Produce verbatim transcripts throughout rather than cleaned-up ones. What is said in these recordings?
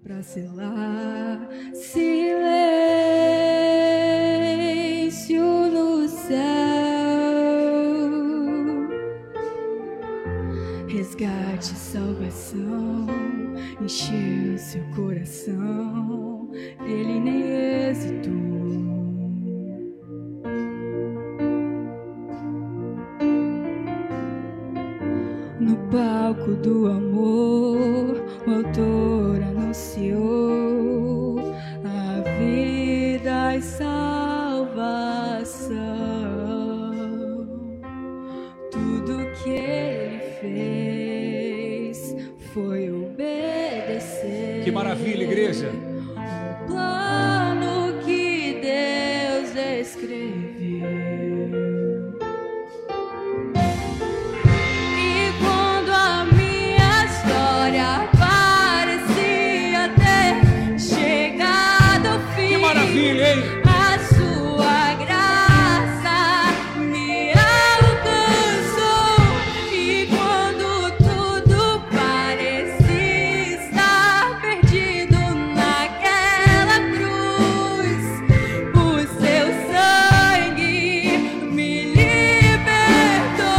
pra selar silêncio no céu, resgate, salvação, encheu seu coração, ele nem hesitou. No palco do amor, o autor anunciou a vida e salvação. Tudo que ele fez foi obedecer. Que maravilha, igreja! O plano que Deus escreveu. Maravilha, hein? A sua graça me alcançou, e quando tudo parecia estar perdido naquela cruz, o seu sangue me libertou.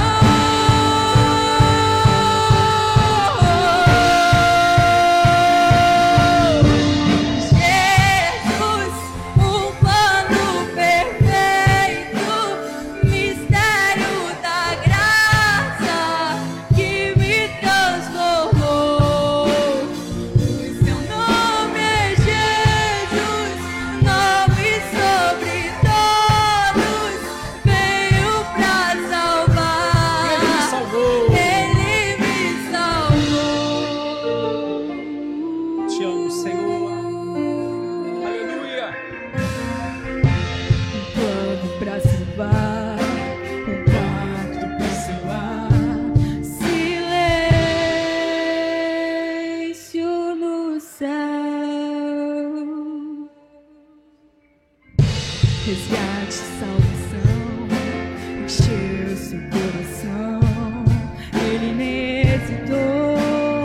Resgate, salvação, encheu seu coração, ele nem hesitou.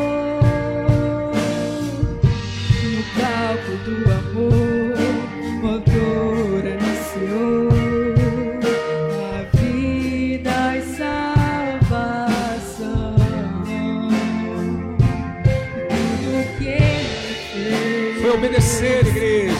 No palco do amor, o autor anunciou a vida e salvação. Tudo que ele fez foi obedecer, igreja.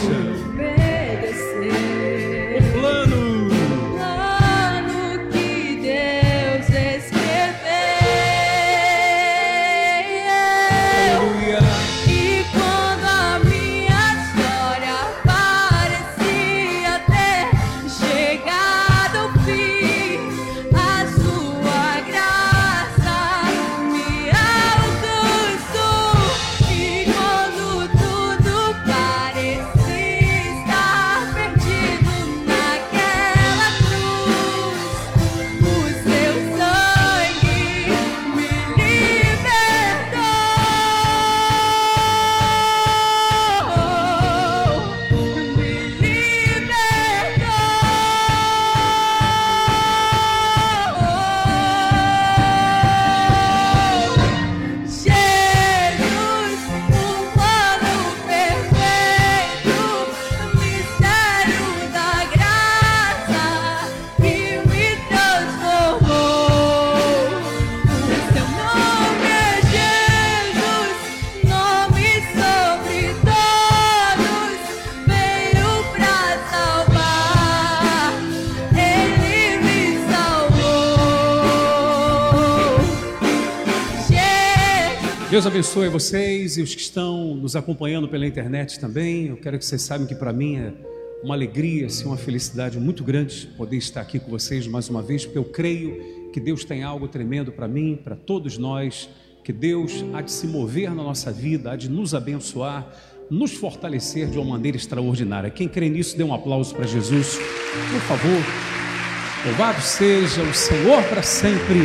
Deus abençoe vocês e os que estão nos acompanhando pela internet também. Eu quero que vocês saibam que para mim é uma alegria, assim, uma felicidade muito grande poder estar aqui com vocês mais uma vez, porque eu creio que Deus tem algo tremendo para mim, para todos nós, que Deus há de se mover na nossa vida, há de nos abençoar, nos fortalecer de uma maneira extraordinária. Quem crê nisso, dê um aplauso para Jesus, por favor. Louvado seja o Senhor para sempre.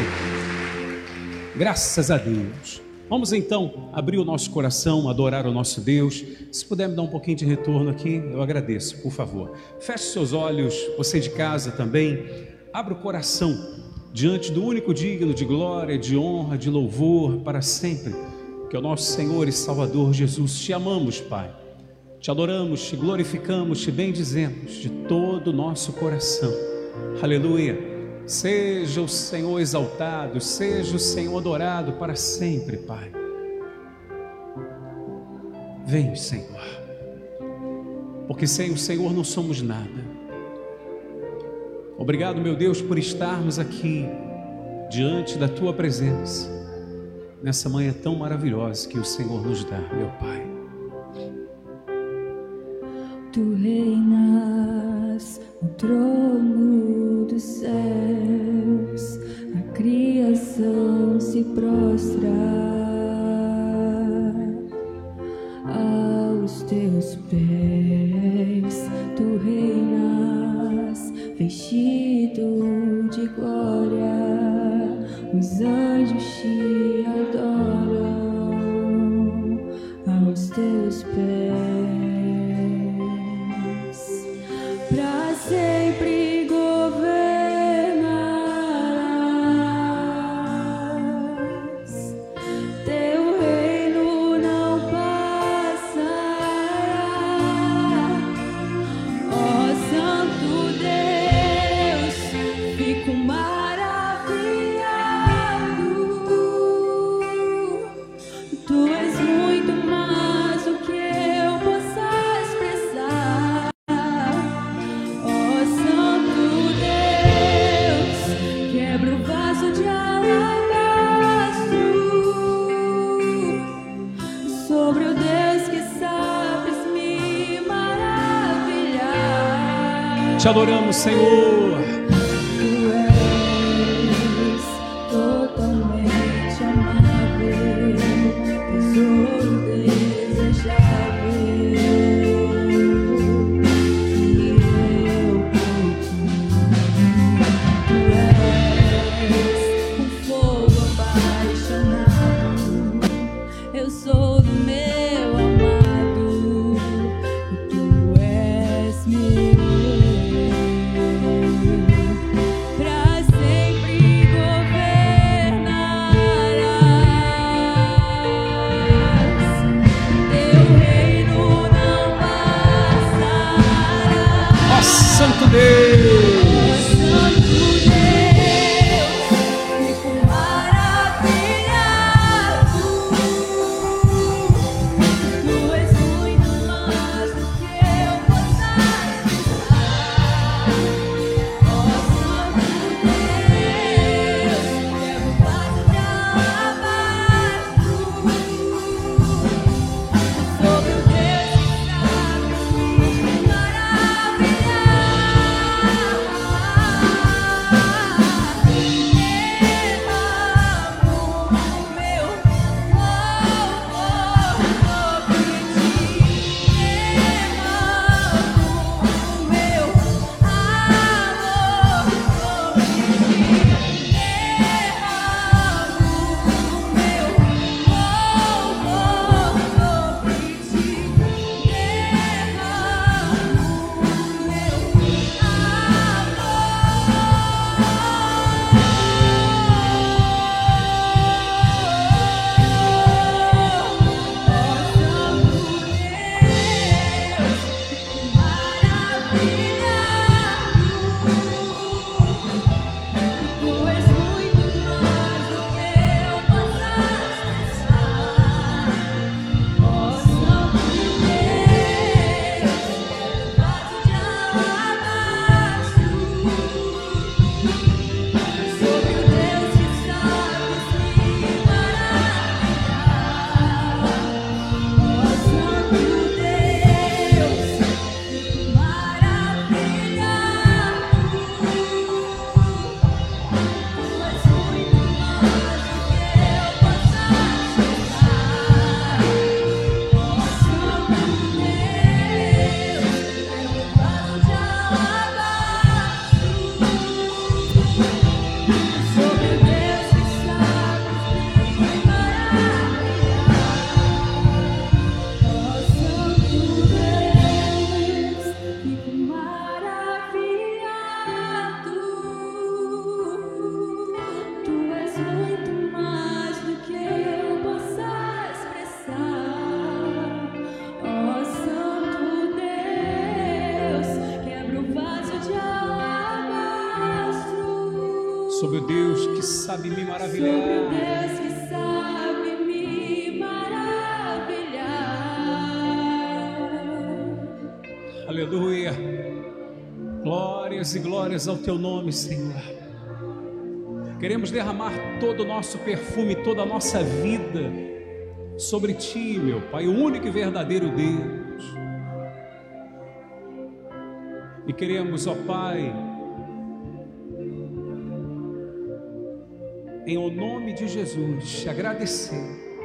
Graças a Deus. Vamos então abrir o nosso coração, adorar o nosso Deus. Se puder me dar um pouquinho de retorno aqui, eu agradeço, por favor. Feche seus olhos, você de casa também. Abra o coração diante do único digno de glória, de honra, de louvor para sempre. que é o nosso Senhor e Salvador Jesus. Te amamos, Pai. Te adoramos, te glorificamos, te bendizemos de todo o nosso coração. Aleluia. Seja o Senhor exaltado, seja o Senhor adorado para sempre, Pai. Vem, Senhor, porque sem o Senhor não somos nada. Obrigado, meu Deus, por estarmos aqui diante da Tua presença, nessa manhã tão maravilhosa que o Senhor nos dá, meu Pai. Tu reinas no trono dos céus, a criação se prostra aos teus pés. Tu reinas vestido de glória, os anjos te adoram aos teus pés. Para sempre governarás, teu reino não passará. Ó Santo Deus, fico maravilhado. Tu és muito mais do que eu possa expressar. Ó Santo Deus, quebra o vaso de alabastro sobre o Deus que sabes me maravilhar. Te adoramos, Senhor. Tu és totalmente amável, tesouro desejável, e eu por ti. Tu és um fogo apaixonado, eu sou do meu amado, e tu és meu. Pra sempre governarás, teu reino não passará. Ó Santo Deus. Santo Deus, fico maravilhado. Tu és muito mais do que eu possa expressar. Ó Santo Deus, quebra o vaso de alabastro sobre o Deus que sabe me maravilhar. sobre o Deus que sabe me maravilhar. Sobre o Deus que sabe me maravilhar. Aleluia. Glórias e glórias ao teu nome, Senhor. Queremos derramar todo o nosso perfume, toda a nossa vida sobre ti, meu Pai, o único e verdadeiro Deus. E queremos, ó Pai, em o nome de Jesus, te agradecer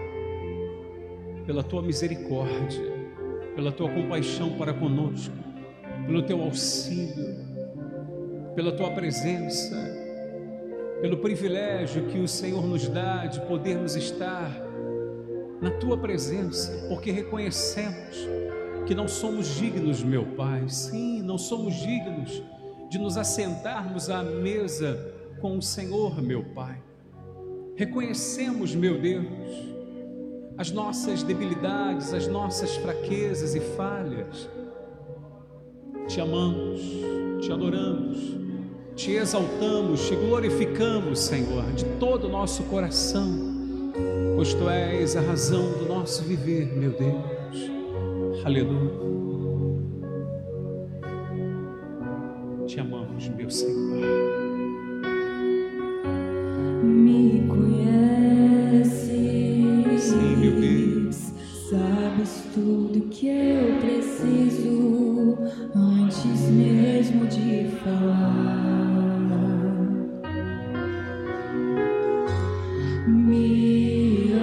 pela tua misericórdia, pela tua compaixão para conosco, pelo teu auxílio, pela tua presença, pelo privilégio que o Senhor nos dá de podermos estar na tua presença, porque reconhecemos que não somos dignos, meu Pai. Sim, não somos dignos de nos assentarmos à mesa com o Senhor, meu Pai. Reconhecemos, meu Deus, as nossas debilidades, as nossas fraquezas e falhas. Te amamos, te adoramos, te exaltamos, te glorificamos, Senhor, de todo o nosso coração, pois Tu és a razão do nosso viver, meu Deus. Aleluia. Te amamos, meu Senhor. Me conheces, sim, meu Deus. Sabes tudo que eu preciso antes mesmo de falar. Me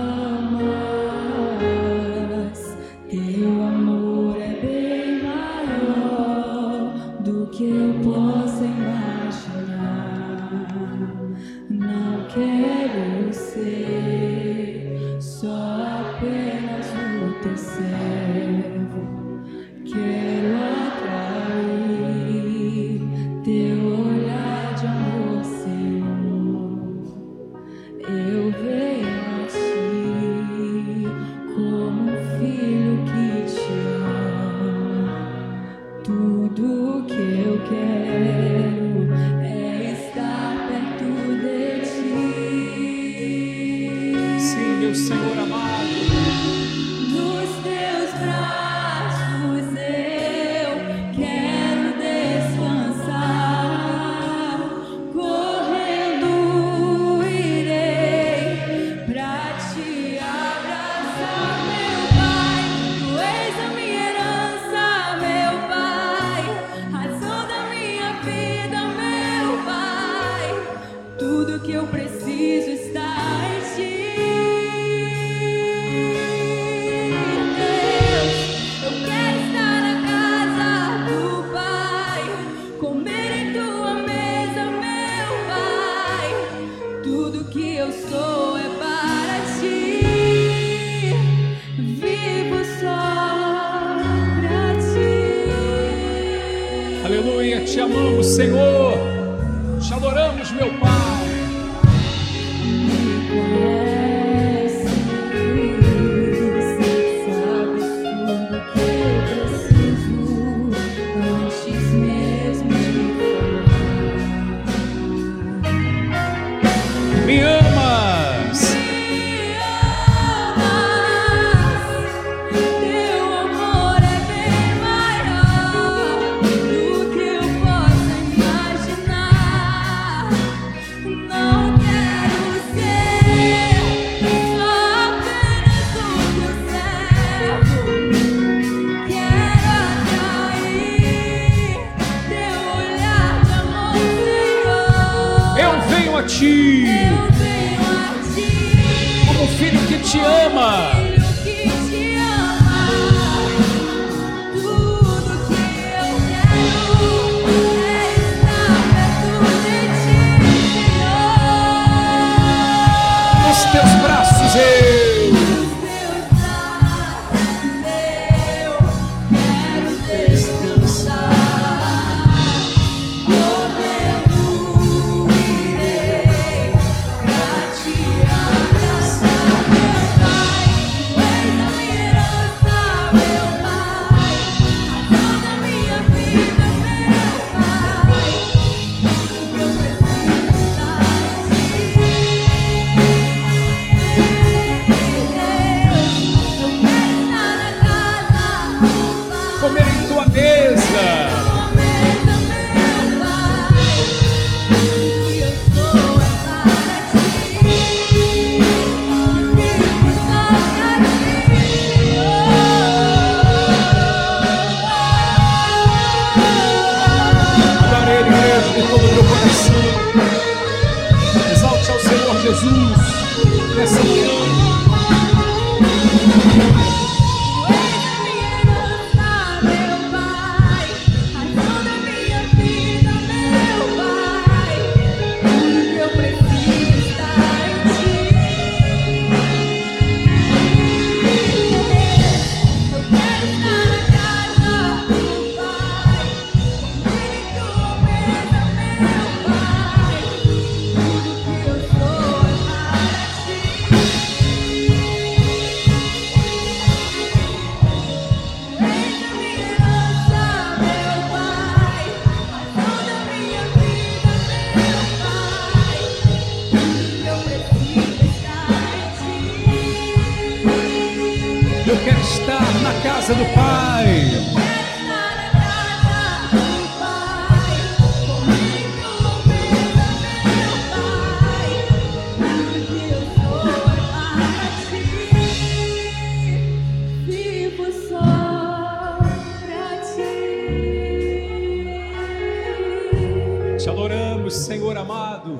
amas, teu amor é bem maior do que eu possa imaginar. Não quero ser só apenas o teu servo, quero atrair teu olhar de amor, Senhor. Eu venho a ti como um filho que te ama. Tudo que eu quero é estar perto de ti. Sim, meu Senhor amado. Nos teus braços eu quero descansar. Correndo irei pra te abraçar, meu Pai. Tu és a minha herança, meu Pai, razão da minha vida, meu Pai. Tudo que eu preciso está em ti. Deus, eu quero estar na casa do Pai, comer em tua mesa, meu Pai. Tudo que eu sou é para ti. Vivo só pra ti. Aleluia, te amamos, Senhor. Te adoramos, meu Pai. Me conheces, sabes tudo que eu preciso antes mesmo de falar. Me amas. Me amas, teu amor é bem maior do que eu possa imaginar. Não quero ser só apenas o teu servo, quero atrair teu olhar de amor, Senhor. Eu venho a ti Eu venho a ti como um filho que te ama. filho que te ama. Tudo que eu quero é estar perto de ti, Senhor. Nos teus braços eu. Nos teus braços eu quero descansar. Correndo irei pra te abraçar, meu Pai. todo o teu coração. Exalte ao Senhor Jesus nessa manhã. Eu quero estar na casa do Pai. Vivo só pra ti. Te adoramos, Senhor amado.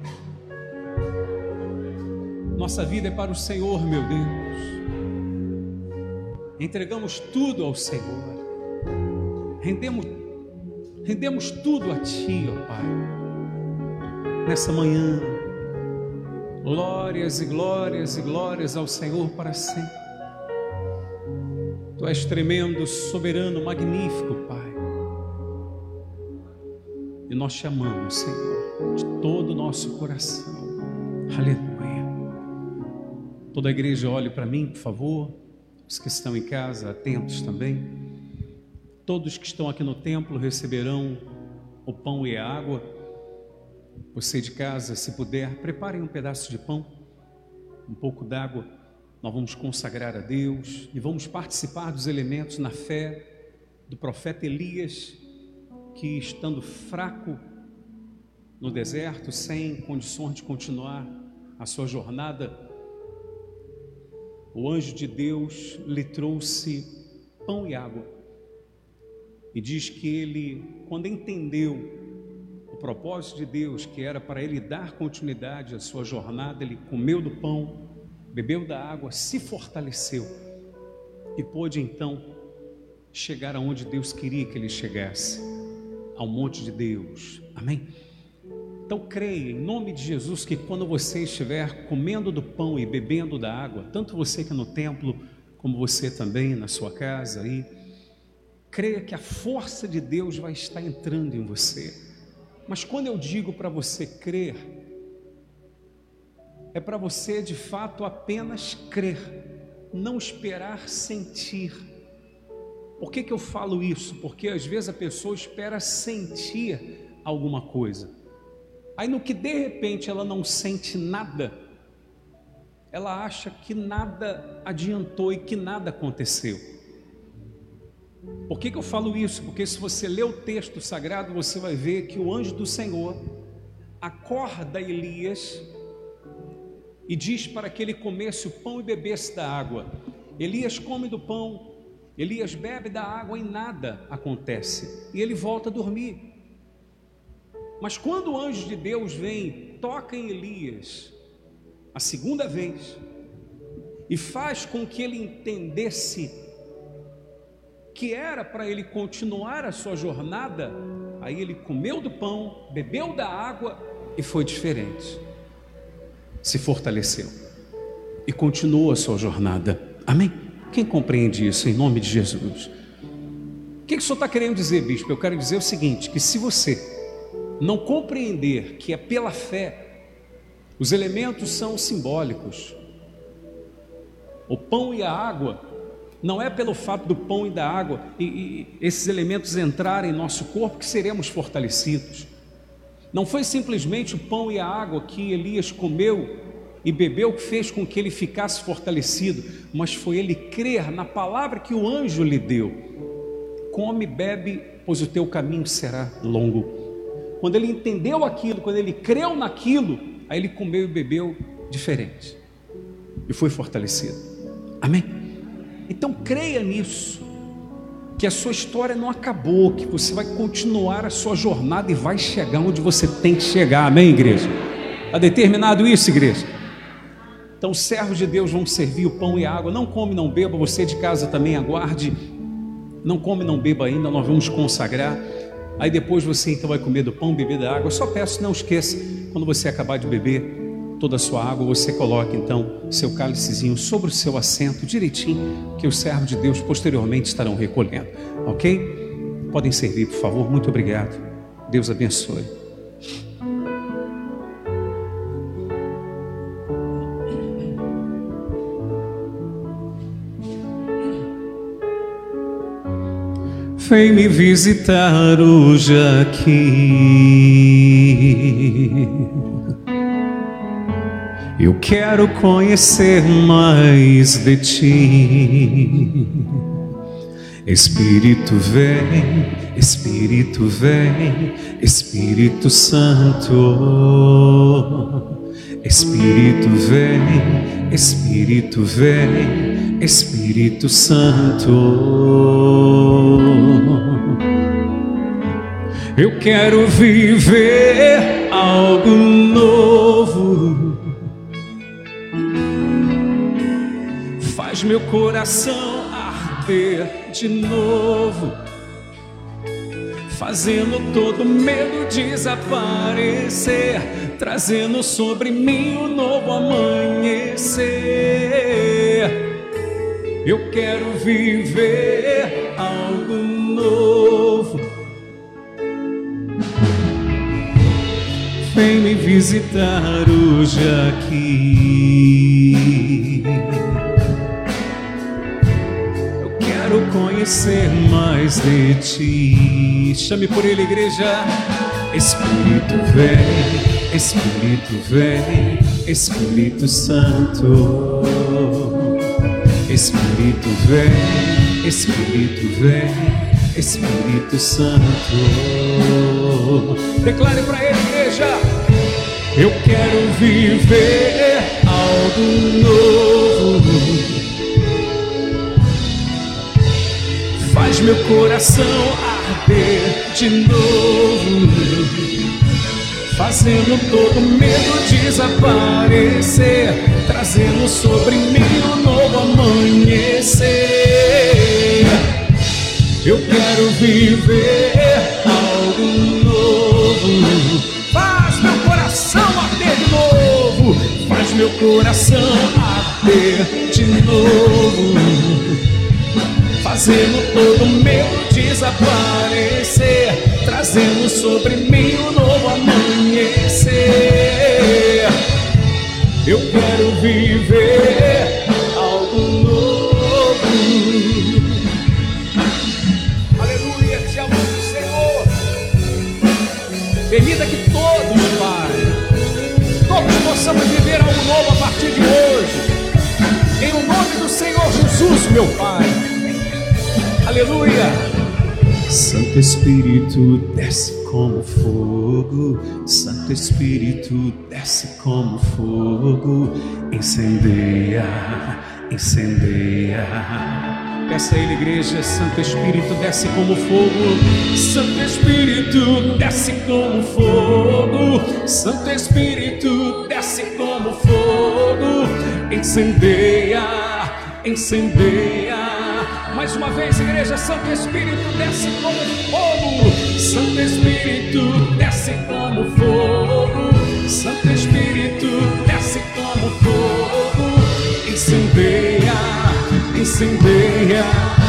Nossa vida é para o Senhor, meu Deus. Entregamos tudo ao Senhor. Rendemos, rendemos tudo a Ti, ó Pai. Nessa manhã, glórias e glórias e glórias ao Senhor para sempre. Tu és tremendo, soberano, magnífico, Pai. E nós te amamos, Senhor, de todo o nosso coração. Aleluia. Toda a igreja olhe para mim, por favor. Os que estão em casa, atentos também. Todos que estão aqui no templo receberão o pão e a água. Você de casa, se puder, preparem um pedaço de pão, um pouco d'água. Nós vamos consagrar a Deus e vamos participar dos elementos na fé do profeta Elias, que estando fraco no deserto, sem condições de continuar a sua jornada, o anjo de Deus lhe trouxe pão e água. E diz que ele, quando entendeu o propósito de Deus, que era para ele dar continuidade à sua jornada, ele comeu do pão, bebeu da água, se fortaleceu e pôde então chegar aonde Deus queria que ele chegasse, ao monte de Deus. Amém? Então creia em nome de Jesus que quando você estiver comendo do pão e bebendo da água, tanto você que é no templo, como você também na sua casa aí, creia que a força de Deus vai estar entrando em você. Mas quando eu digo para você crer, é para você de fato apenas crer, não esperar sentir. Por que que eu falo isso? Porque às vezes a pessoa espera sentir alguma coisa. Aí no que de repente ela não sente nada, ela acha que nada adiantou e que nada aconteceu. Por que que eu falo isso? Porque se você ler o texto sagrado, você vai ver que o anjo do Senhor acorda Elias e diz para que ele comesse o pão e bebesse da água. Elias come do pão, Elias bebe da água e nada acontece, e ele volta a dormir. Mas quando o anjo de Deus vem, toca em Elias a segunda vez e faz com que ele entendesse que era para ele continuar a sua jornada, aí ele comeu do pão, bebeu da água e foi diferente. Se fortaleceu e continuou a sua jornada. Amém? Quem compreende isso em nome de Jesus? O que, que o senhor está querendo dizer, bispo? Eu quero dizer o seguinte, que se você não compreender que é pela fé, os elementos são simbólicos. O pão e a água não é pelo fato do pão e da água e, e esses elementos entrarem em nosso corpo que seremos fortalecidos. Não foi simplesmente o pão e a água que Elias comeu e bebeu que fez com que ele ficasse fortalecido, mas foi ele crer na palavra que o anjo lhe deu. Come, bebe, pois o teu caminho será longo. Quando ele entendeu aquilo, quando ele creu naquilo, aí ele comeu e bebeu diferente e foi fortalecido. Amém? Então creia nisso, que a sua história não acabou, que você vai continuar a sua jornada e vai chegar onde você tem que chegar. Amém, igreja? Está determinado isso, igreja? Então os servos de Deus vão servir o pão e a água. Não come, não beba. Você de casa também aguarde. Não come, não beba ainda. Nós vamos consagrar. Aí depois você então vai comer do pão, beber da água. Eu só peço, não esqueça, quando você acabar de beber toda a sua água, você coloca então seu cálicezinho sobre o seu assento direitinho, que os servos de Deus posteriormente estarão recolhendo. Ok? Podem servir, por favor. Muito obrigado. Deus abençoe. Vem me visitar hoje aqui. Eu quero conhecer mais de ti. Espírito vem, Espírito vem, Espírito Santo. Espírito vem, Espírito vem, Espírito Santo. Eu quero viver algo novo. Faz meu coração arder de novo, fazendo todo medo desaparecer, trazendo sobre mim um novo amanhecer. Eu quero viver algo novo. Vem me visitar hoje aqui. Eu quero conhecer mais de ti. Chame por ele, igreja. Espírito vem, Espírito vem, Espírito Santo. Espírito vem, Espírito vem, Espírito Santo. Declare para ele, igreja. Eu quero viver algo novo. Faz meu coração arder de novo, fazendo todo medo desaparecer, trazendo sobre mim um novo amanhecer. Eu quero viver algo novo. Faz meu coração arder de novo. Faz meu coração arder de novo, fazendo todo medo desaparecer, trazendo sobre mim um novo amanhecer. Eu quero viver algo novo. Aleluia, te amamos, Senhor. Permita que todos, Pai, todos possamos viver algo novo a partir de hoje, em o nome do Senhor Jesus, meu Pai. Aleluia. Santo Espírito desce como fogo, Santo Espírito desce como fogo, incendeia, incendeia. Peça a ele, igreja. Santo Espírito desce como fogo, Santo Espírito desce como fogo, Santo Espírito desce como fogo, incendeia, incendeia. Mais uma vez, igreja. Santo Espírito desce como fogo, Santo Espírito desce como fogo, Santo Espírito desce como fogo, incendeia, incendeia.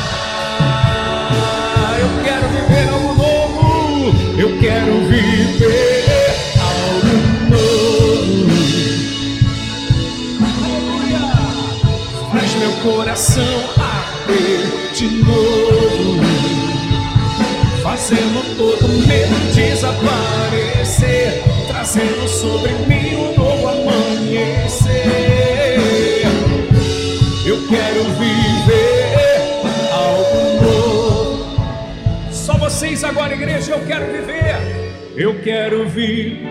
Eu quero viver algo novo, eu quero viver algo novo. Aleluia. Faz meu coração de novo, fazendo todo medo desaparecer, trazendo sobre mim um novo amanhecer. Eu quero viver algo novo. Só vocês agora, igreja. Eu quero viver. Eu quero viver.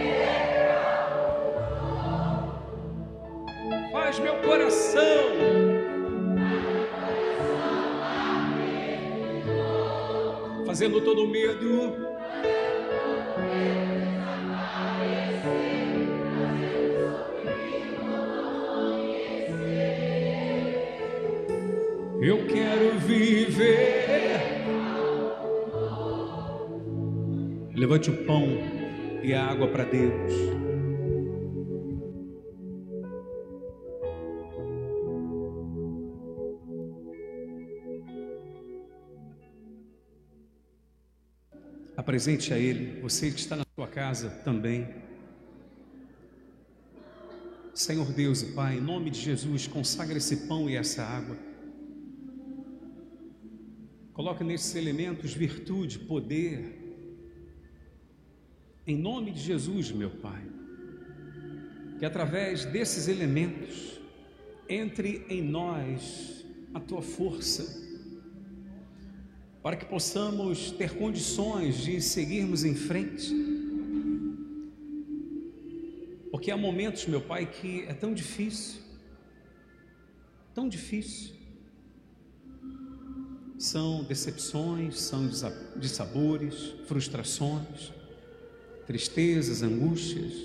Faz meu coração fazendo todo medo. Eu quero viver. Levante o pão e a água para Deus. Apresente a Ele, você que está na sua casa também. Senhor Deus e Pai, em nome de Jesus, consagra esse pão e essa água. Coloque nesses elementos virtude, poder. Em nome de Jesus, meu Pai, que através desses elementos entre em nós a Tua força, para que possamos ter condições de seguirmos em frente, porque há momentos, meu Pai, que é tão difícil, tão difícil. São decepções, são dissabores, frustrações, tristezas, angústias.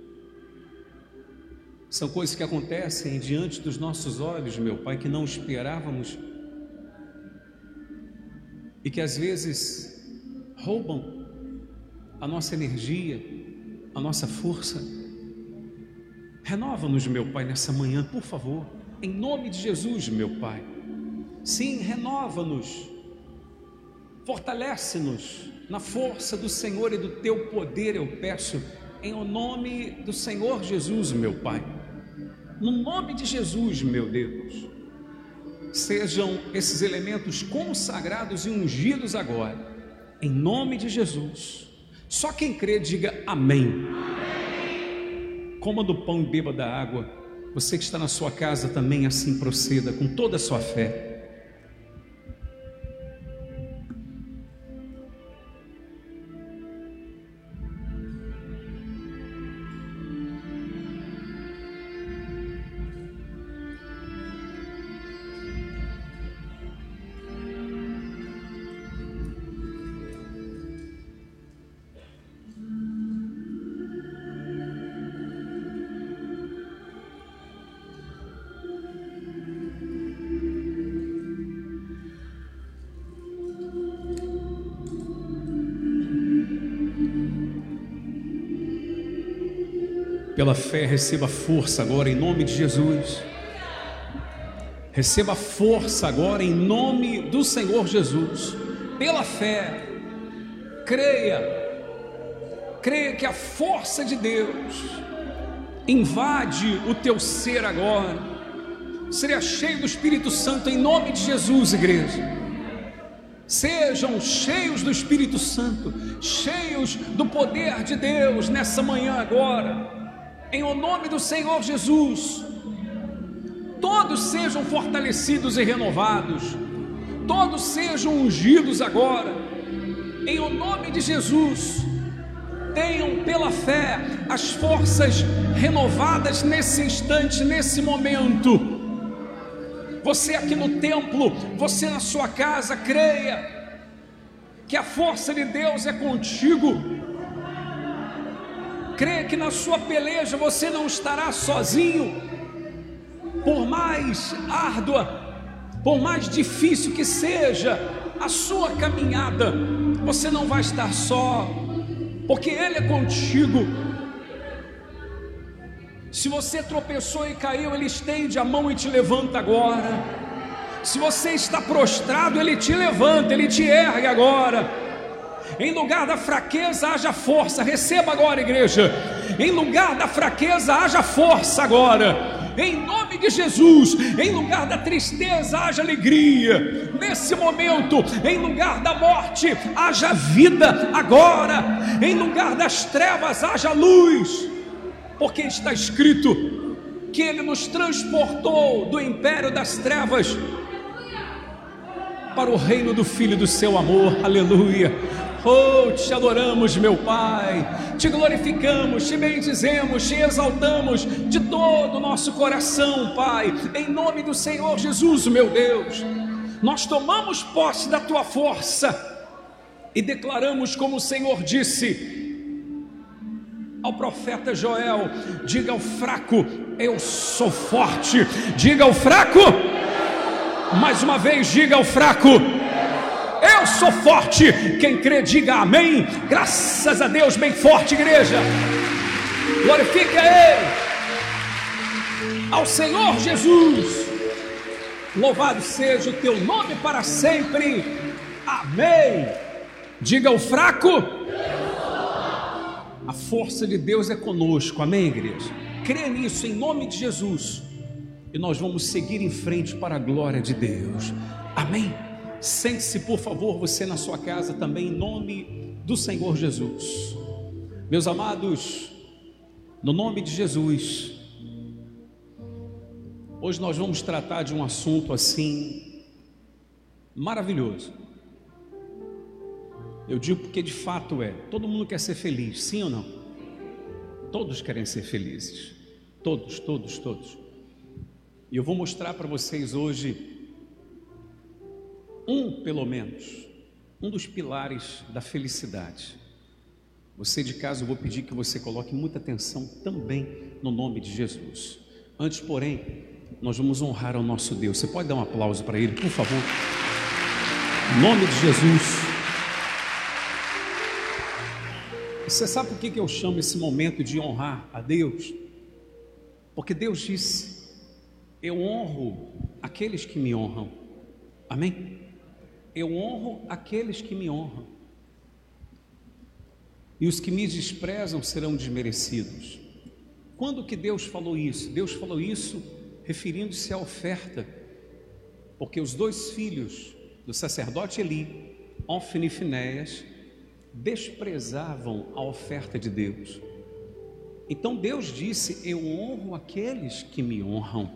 São coisas que acontecem diante dos nossos olhos, meu Pai, que não esperávamos e que às vezes roubam a nossa energia, a nossa força. Renova-nos, meu Pai, nessa manhã, por favor, em nome de Jesus, meu Pai. Sim, renova-nos, fortalece-nos na força do Senhor e do Teu poder, eu peço, em o nome do Senhor Jesus, meu Pai. No nome de Jesus, meu Deus, sejam esses elementos consagrados e ungidos agora, em nome de Jesus. Só quem crê, diga amém. Amém. Coma do pão e beba da água. Você que está na sua casa também assim proceda, com toda a sua fé. Pela fé, receba força agora em nome de Jesus. Receba força agora em nome do Senhor Jesus. Pela fé, creia, creia que a força de Deus invade o teu ser agora. Seja cheio do Espírito Santo em nome de Jesus, igreja. Sejam cheios do Espírito Santo, cheios do poder de Deus nessa manhã agora. Em o nome do Senhor Jesus, todos sejam fortalecidos e renovados, todos sejam ungidos agora, em o nome de Jesus. Tenham pela fé as forças renovadas nesse instante, nesse momento. Você aqui no templo, você na sua casa, creia que a força de Deus é contigo. Creia que na sua peleja você não estará sozinho. Por mais árdua, por mais difícil que seja a sua caminhada, você não vai estar só, porque Ele é contigo. Se você tropeçou e caiu, Ele estende a mão e te levanta agora. Se você está prostrado, Ele te levanta, Ele te ergue agora. Em lugar da fraqueza, haja força. Receba agora, igreja. Em lugar da fraqueza, haja força agora. Em nome de Jesus. Em lugar da tristeza, haja alegria. Nesse momento, em lugar da morte, haja vida agora. Em lugar das trevas, haja luz. Porque está escrito que Ele nos transportou do império das trevas para o reino do Filho do seu amor. Aleluia. Oh, te adoramos, meu Pai, te glorificamos, te bendizemos, te exaltamos de todo o nosso coração, Pai, em nome do Senhor Jesus, meu Deus. Nós tomamos posse da Tua força, e declaramos como o Senhor disse ao profeta Joel: diga ao fraco, eu sou forte. Diga ao fraco, mais uma vez, diga ao fraco, eu sou forte. Quem crê, diga amém. Graças a Deus, bem forte, igreja. Glorifique a Ele, ao Senhor Jesus. Louvado seja o teu nome para sempre. Amém. Diga ao fraco, a força de Deus é conosco. Amém, igreja? Crê nisso em nome de Jesus, e nós vamos seguir em frente para a glória de Deus. Amém. Sente-se, por favor, você na sua casa também, em nome do Senhor Jesus. Meus amados, no nome de Jesus, hoje nós vamos tratar de um assunto assim maravilhoso. Eu digo porque de fato é. Todo mundo quer ser feliz, sim ou não? Todos querem ser felizes. Todos, todos, todos. E eu vou mostrar para vocês hoje um, pelo menos, um dos pilares da felicidade. Você de casa, eu vou pedir que você coloque muita atenção também no nome de Jesus. Antes, porém, nós vamos honrar ao nosso Deus. Você pode dar um aplauso para Ele, por favor? Em nome de Jesus. Você sabe por que eu chamo esse momento de honrar a Deus? Porque Deus disse: eu honro aqueles que me honram. Amém? Eu honro aqueles que me honram, e os que me desprezam serão desmerecidos. Quando que Deus falou isso? Deus falou isso referindo-se à oferta, porque os dois filhos do sacerdote Eli, Hófni e Finéias, desprezavam a oferta de Deus. Então Deus disse: eu honro aqueles que me honram.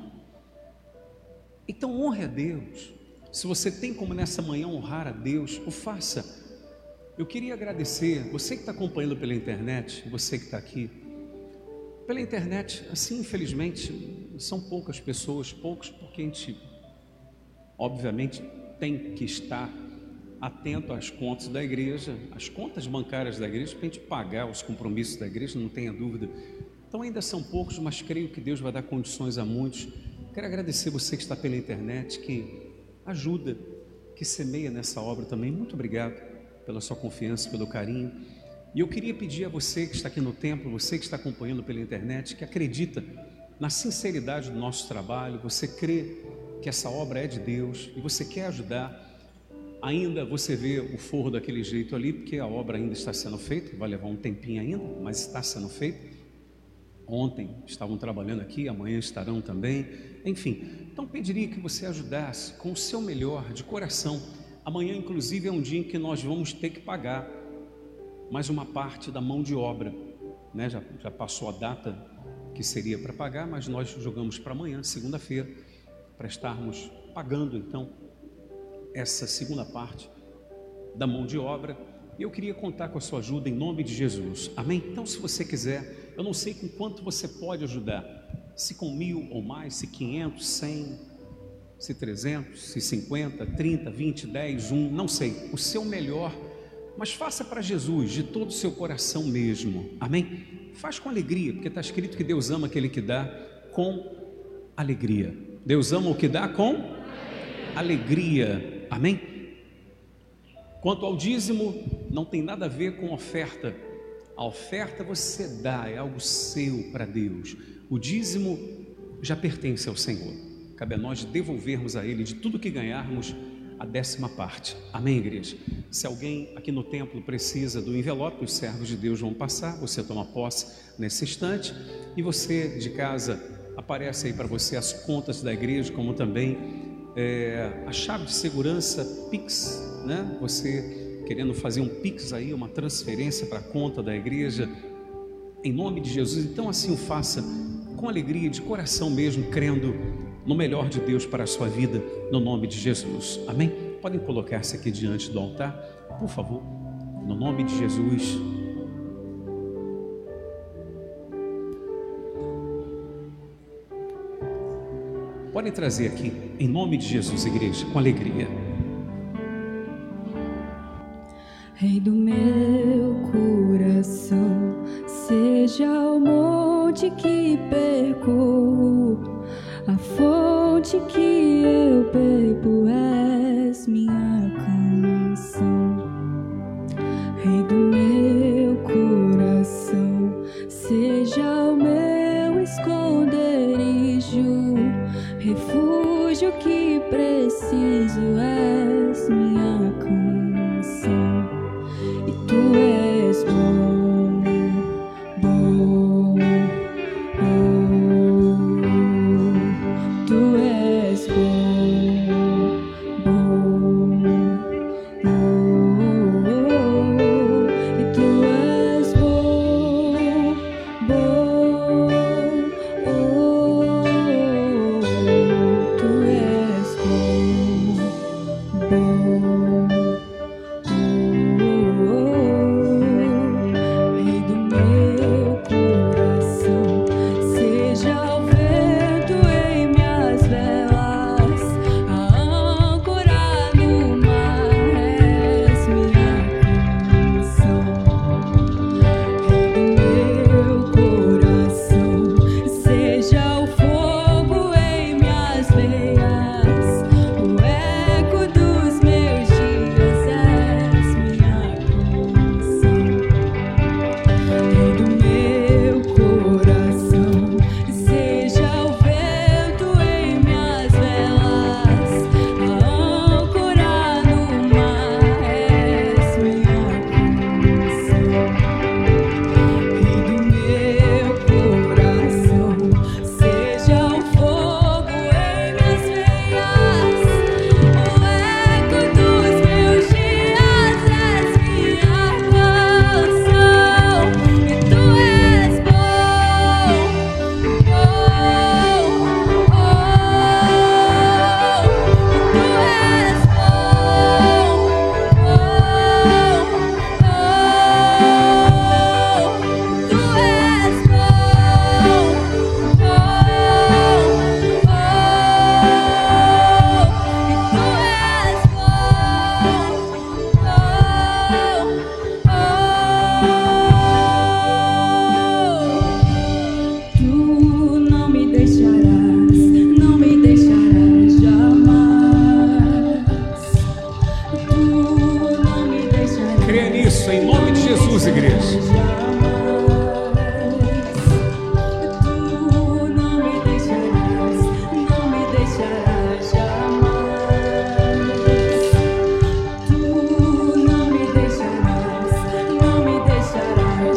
Então honre a Deus. Se você tem como nessa manhã honrar a Deus, o faça. Eu queria agradecer você que está acompanhando pela internet, você que está aqui pela internet. Assim, infelizmente, são poucas pessoas, poucos, porque a gente obviamente tem que estar atento às contas da igreja, às contas bancárias da igreja, para a gente pagar os compromissos da igreja, não tenha dúvida. Então ainda são poucos, mas creio que Deus vai dar condições a muitos. Quero agradecer você que está pela internet, que ajuda, que semeia nessa obra também. Muito obrigado pela sua confiança, pelo carinho. E eu queria pedir a você que está aqui no templo, você que está acompanhando pela internet, que acredita na sinceridade do nosso trabalho, você crê que essa obra é de Deus e você quer ajudar. Ainda você vê o forro daquele jeito ali, porque a obra ainda está sendo feita, vai levar um tempinho ainda, mas está sendo feita. Ontem estavam trabalhando aqui, amanhã estarão também, enfim. Então pediria que você ajudasse com o seu melhor, de coração. Amanhã inclusive é um dia em que nós vamos ter que pagar mais uma parte da mão de obra, né? já, já passou a data que seria para pagar, mas nós jogamos para amanhã, segunda-feira, para estarmos pagando então essa segunda parte da mão de obra. E eu queria contar com a sua ajuda em nome de Jesus. Amém? Então, se você quiser, eu não sei com quanto você pode ajudar, se com mil ou mais, se quinhentos, cem, se trezentos, se cinquenta, trinta, vinte, dez, um, não sei, o seu melhor, mas faça para Jesus de todo o seu coração mesmo. Amém? Faz com alegria, porque está escrito que Deus ama aquele que dá com alegria. Deus ama o que dá com alegria. Amém? Quanto ao dízimo, não tem nada a ver com oferta. A oferta você dá, é algo seu para Deus. O dízimo já pertence ao Senhor. Cabe a nós devolvermos a Ele de tudo que ganharmos a décima parte. Amém, igreja? Se alguém aqui no templo precisa do envelope, os servos de Deus vão passar, você toma posse nesse instante. E você de casa, aparece aí para você as contas da igreja, como também É, a chave de segurança Pix, né? Você querendo fazer um Pix aí, uma transferência para a conta da igreja, em nome de Jesus. Então assim o faça com alegria, de coração mesmo, crendo no melhor de Deus para a sua vida, no nome de Jesus. Amém? Podem colocar-se aqui diante do altar, por favor, no nome de Jesus. Podem trazer aqui, em nome de Jesus, igreja, com alegria. Rei do meu coração, seja o monte que percorro, a fonte que eu bebo, és minha canção. Rei do meu coração, seja o meu esconderijo, refúgio que preciso, és minha canção. E tu és bom, bom, bom. Tu és bom, bom, bom. E tu és bom, bom, oh. Tu és bom, bom. Rei do meu coração, seja o vento em minhas velas, a âncora no mar, és minha canção. Rei do meu coração, seja o fogo em minhas veias, o eco dos meus dias, és minha canção. Rei do meu coração, seja o vento em minhas velas, a âncora no mar, és minha canção. Rei do meu coração, seja o fogo em minhas veias, o eco dos meus dias, és minha canção. E tu és bom, bom, oh. E tu és bom, bom, oh. Tu és bom, bom, oh. E tu és bom, bom, oh. Tu não me deixarás, não me deixarás jamais. Tu não me deixarás. Creia nisso, em nome de Jesus, igreja. Tu não me deixarás, não me deixarás jamais. Tu não me deixarás, não me deixarás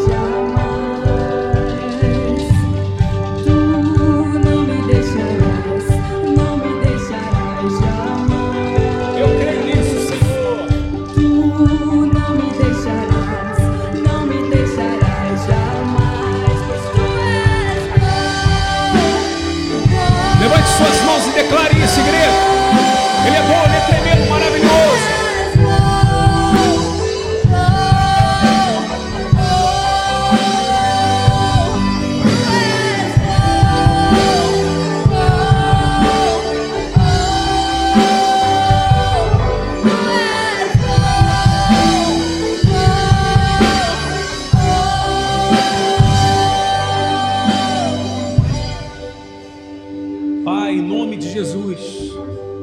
jamais. Tu não me deixarás, não me deixarás jamais. Eu creio nisso, Senhor. Tu não me deixarás, não me deixarás jamais, pois tu és bom, Levante suas mãos e declare isso, igreja. Ele é bom, ele é tremendo, maravilhoso. Pai, em nome de Jesus,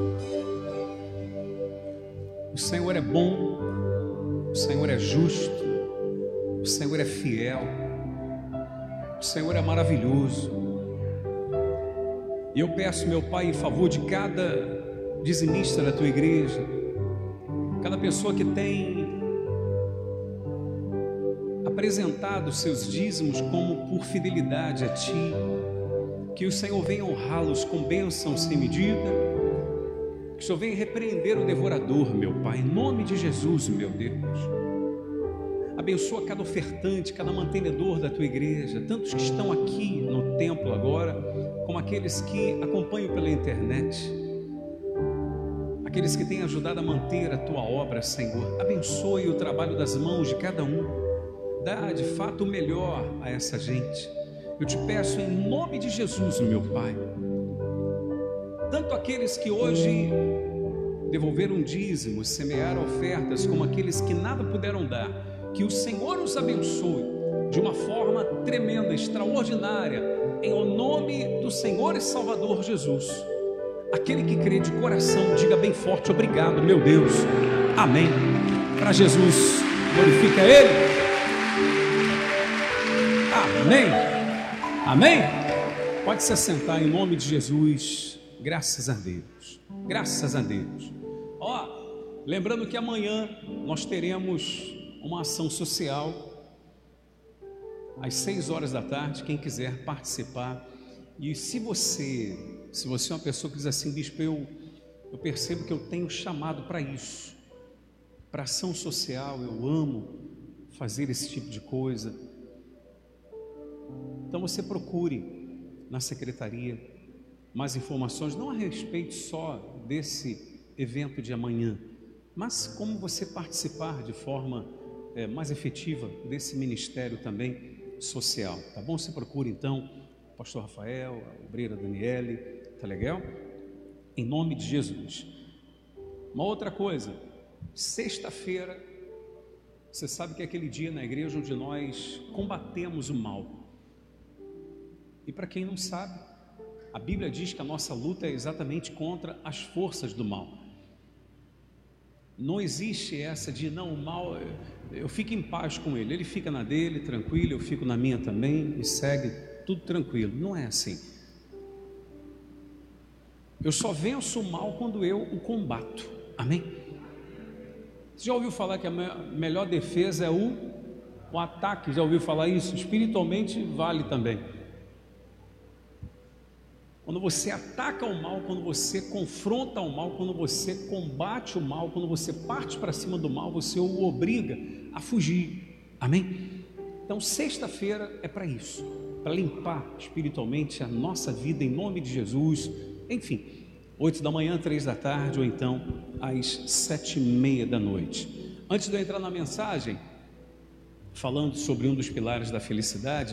o Senhor é bom, o Senhor é justo, o Senhor é fiel, o Senhor é maravilhoso. E eu peço, meu Pai, em favor de cada dizimista da tua igreja, cada pessoa que tem apresentado seus dízimos como por fidelidade a Ti, que o Senhor venha honrá-los com bênção sem medida, que o Senhor venha repreender o devorador, meu Pai, em nome de Jesus, meu Deus. Abençoa cada ofertante, cada mantenedor da Tua igreja, tantos que estão aqui no templo agora, como aqueles que acompanham pela internet, aqueles que têm ajudado a manter a Tua obra, Senhor. Abençoe o trabalho das mãos de cada um, dá de fato o melhor a essa gente. Eu te peço em nome de Jesus, meu Pai, tanto aqueles que hoje devolver um dízimo, semear ofertas como aqueles que nada puderam dar, que o Senhor os abençoe de uma forma tremenda, extraordinária, em o nome do Senhor e Salvador Jesus. Aquele que crê de coração, diga bem forte: obrigado, meu Deus. Amém. Para Jesus, glorifica Ele. Amém. Amém. Pode se assentar em nome de Jesus. Graças a Deus. Graças a Deus. Ó, lembrando que amanhã nós teremos uma ação social às seis horas da tarde. Quem quiser participar. E se você, se você é uma pessoa que diz assim: bispo, eu, eu percebo que eu tenho chamado para isso, para ação social, eu amo fazer esse tipo de coisa. Então você procure na secretaria mais informações, não a respeito só desse evento de amanhã, mas como você participar de forma é, mais efetiva desse ministério também social, tá bom? Você procura então o pastor Rafael, a obreira Daniele, tá legal? Em nome de Jesus. Uma outra coisa, sexta-feira, você sabe que é aquele dia na igreja onde nós combatemos o mal. E para quem não sabe, a Bíblia diz que a nossa luta é exatamente contra as forças do mal. Não existe essa de não, o mal, eu fico em paz com ele, ele fica na dele, tranquilo, eu fico na minha também e segue tudo tranquilo. Não é assim. Eu só venço o mal quando eu o combato. Amém? Você já ouviu falar que a melhor defesa é o, o ataque? Já ouviu falar isso? Espiritualmente vale também. Quando você ataca o mal, quando você confronta o mal, quando você combate o mal, quando você parte para cima do mal, você o obriga a fugir. Amém? Então sexta-feira é para isso, para limpar espiritualmente a nossa vida em nome de Jesus. Enfim, oito da manhã, três da tarde, ou então às sete e meia da noite. Antes de eu entrar na mensagem, falando sobre um dos pilares da felicidade,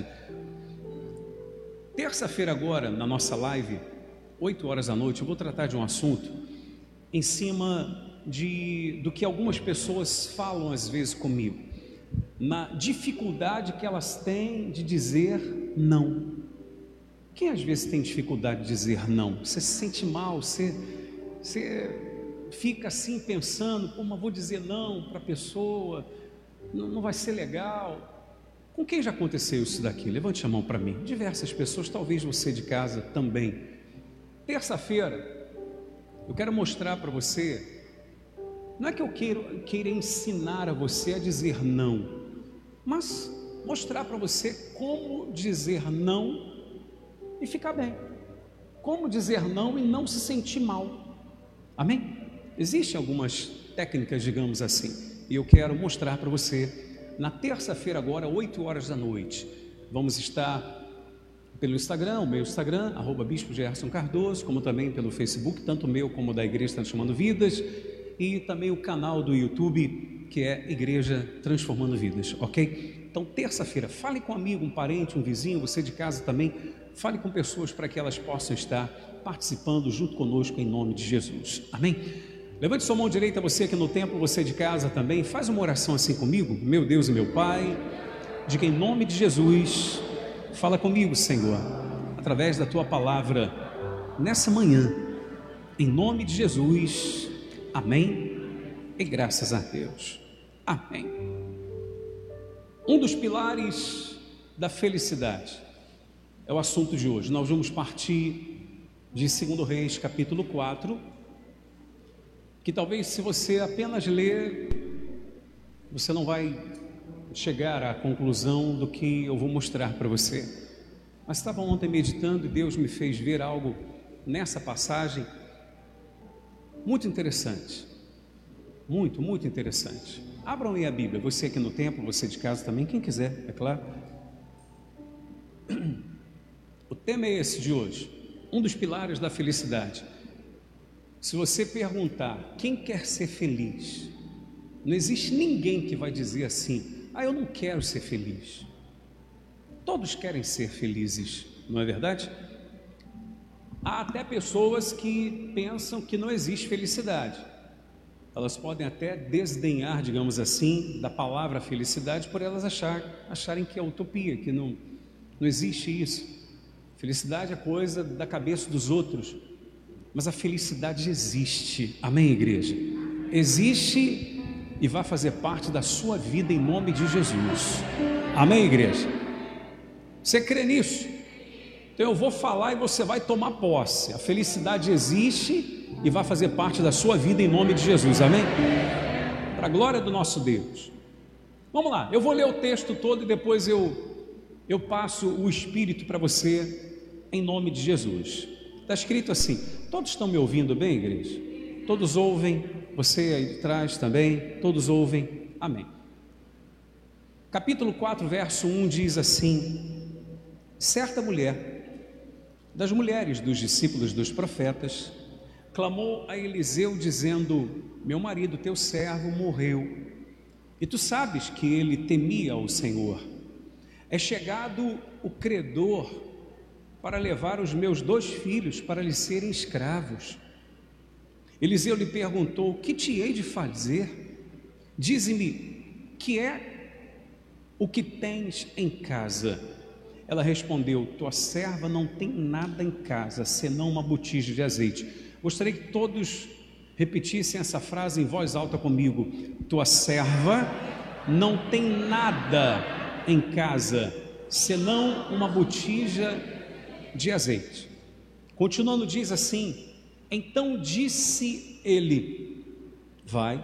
terça-feira agora, na nossa live, oito horas da noite, eu vou tratar de um assunto em cima de, do que algumas pessoas falam às vezes comigo, na dificuldade que elas têm de dizer não. Quem às vezes tem dificuldade de dizer não? Você se sente mal, você, você fica assim pensando: pô, mas vou dizer não para a pessoa, não, não vai ser legal. Com quem já aconteceu isso daqui? Levante a mão para mim. Diversas pessoas, talvez você de casa também. Terça-feira, eu quero mostrar para você, não é que eu queira, queira ensinar a você a dizer não, mas mostrar para você como dizer não e ficar bem. Como dizer não e não se sentir mal. Amém? Existem algumas técnicas, digamos assim, e eu quero mostrar para você. Na terça-feira agora, oito horas da noite, vamos estar pelo Instagram, o meu Instagram, arroba Bispo Gerson Cardoso, como também pelo Facebook, tanto o meu como o da Igreja Transformando Vidas, e também o canal do YouTube, que é Igreja Transformando Vidas, ok? Então, terça-feira, fale com um amigo, um parente, um vizinho, você de casa também, fale com pessoas para que elas possam estar participando junto conosco em nome de Jesus, amém? Levante sua mão direita, você aqui no templo, você de casa também, faz uma oração assim comigo. Meu Deus e meu Pai, diga em nome de Jesus, fala comigo, Senhor, através da Tua palavra, nessa manhã, em nome de Jesus, amém, e graças a Deus, amém. Um dos pilares da felicidade é o assunto de hoje. Nós vamos partir de segundo Reis, capítulo quatro, que talvez se você apenas ler, você não vai chegar à conclusão do que eu vou mostrar para você. Mas estava ontem meditando e Deus me fez ver algo nessa passagem muito interessante, muito, muito interessante. Abram aí a Bíblia, você aqui no templo, você de casa também, quem quiser, é claro. O tema é esse de hoje, um dos pilares da felicidade. Se você perguntar quem quer ser feliz, não existe ninguém que vai dizer assim: ah, eu não quero ser feliz. Todos querem ser felizes, não é verdade? Há até pessoas que pensam que não existe felicidade. elas podem até desdenhar, digamos assim, da palavra felicidade, por elas achar, acharem que é utopia, que não, não existe isso. Felicidade é coisa da cabeça dos outros, mas a felicidade existe. Amém, igreja? Existe e vai fazer parte da sua vida em nome de Jesus. Amém, igreja? Você crê nisso? Então eu vou falar e você vai tomar posse. A felicidade existe e vai fazer parte da sua vida em nome de Jesus. Amém? Para a glória do nosso Deus. Vamos lá, eu vou ler o texto todo e depois eu, eu passo o Espírito para você em nome de Jesus. Está escrito assim. Todos estão me ouvindo bem, igreja? Todos ouvem? Você aí de trás também? Todos ouvem? Amém. Capítulo quatro, verso um diz assim: certa mulher, das mulheres dos discípulos dos profetas, clamou a Eliseu dizendo: meu marido, teu servo, morreu, e tu sabes que ele temia ao Senhor. É chegado o credor para levar os meus dois filhos para lhe serem escravos. Eliseu lhe perguntou: que te hei de fazer? Dize-me, que é o que tens em casa? Ela respondeu: tua serva não tem nada em casa, senão uma botija de azeite. Gostaria que todos repetissem essa frase em voz alta comigo: tua serva não tem nada em casa, senão uma botija de azeite. Continuando, diz assim: então disse ele: vai,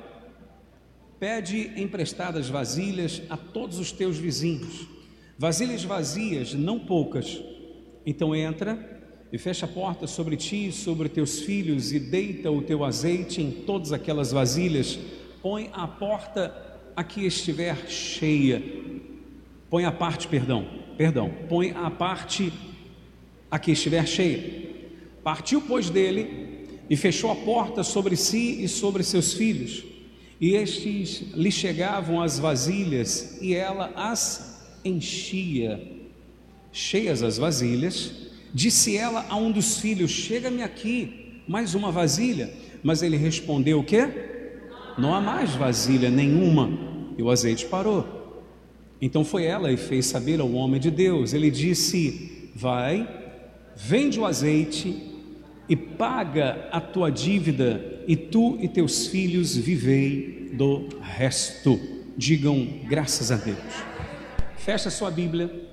pede emprestadas vasilhas a todos os teus vizinhos, vasilhas vazias, não poucas. Então entra e fecha a porta sobre ti e sobre teus filhos, e deita o teu azeite em todas aquelas vasilhas. Põe a porta a que estiver cheia. Põe a parte, perdão, perdão, põe a parte a que estiver cheia. Partiu, pois, dele e fechou a porta sobre si e sobre seus filhos. E estes lhe chegavam as vasilhas, e ela as enchia. Cheias as vasilhas, disse ela a um dos filhos: chega-me aqui mais uma vasilha. Mas ele respondeu: o quê? Não há mais vasilha nenhuma. E o azeite parou. Então foi ela e fez saber ao homem de Deus. Ele disse: vai, vende o azeite e paga a tua dívida, e tu e teus filhos vivei do resto. Digam graças a Deus. Fecha sua Bíblia.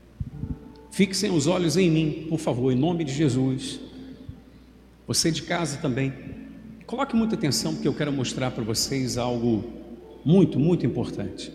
Fixem os olhos em mim, por favor, em nome de Jesus. Você de casa também. Coloque muita atenção, porque eu quero mostrar para vocês algo muito, muito importante.